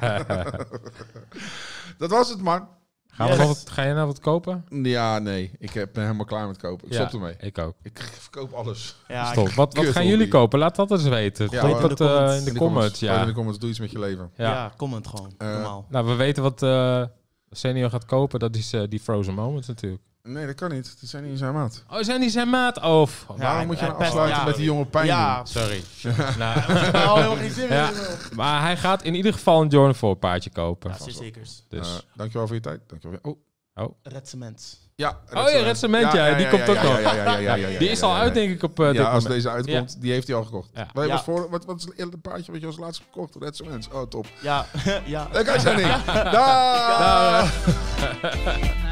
A: Dat was het, man.
B: Gaan
C: Yes.
B: we nog wat, ga je nou wat kopen?
A: Ja, nee, ik heb- ben helemaal klaar met kopen. Ik
B: Ja,
A: stop ermee.
B: Ik ook.
A: Ik verkoop alles.
C: Ja,
B: Stop. Wat, wat
A: kut
B: gaan
A: hobby.
B: jullie kopen? Laat dat eens weten.
A: Ja,
B: Drop
A: hoor.
B: het
C: In de
B: uh,
C: comments.
B: in de comments.
A: Gooi in
B: Ja.
A: de comments, doe iets met je leven.
C: ja.
B: Ja.
C: comment gewoon.
A: Uh,
C: Normaal.
B: Nou, we weten wat uh, Senior gaat kopen. Dat is uh, die Frozen Moments natuurlijk.
A: Nee, dat kan niet. Dat zijn niet in zijn maat.
B: Oh, zijn die zijn maat? Oh, f-
C: Ja,
A: Waarom moet je
C: hij
A: nou
C: pest-
A: afsluiten
C: ja.
A: met die jonge pijn
C: Ja,
A: doen?
B: sorry. nou,
C: oh, helemaal geen zin meer.
B: Ja. Maar hij gaat in ieder geval een Jordan four paardje kopen.
C: Ja, zeer zekers.
B: Dus.
A: Uh, dankjewel voor je tijd. Dankjewel. Oh,
C: Red Cement.
A: ja.
B: Oh ja, Red Cement, ja, die komt ook
A: ja,
B: nog.
A: Ja, ja, ja, ja, ja, ja,
B: die is
A: ja,
B: al
A: ja, ja.
B: uit, denk ik, op uh, dit
A: Ja, als
B: moment.
A: deze uitkomt, die heeft hij al gekocht.
B: Ja.
A: Wat,
C: Ja.
A: was voor, wat, wat is het eerste paardje wat je als laatste gekocht? Red Cement. Oh, top.
C: Ja, ja.
A: Lekker, Jenny. Daag!
B: Dag.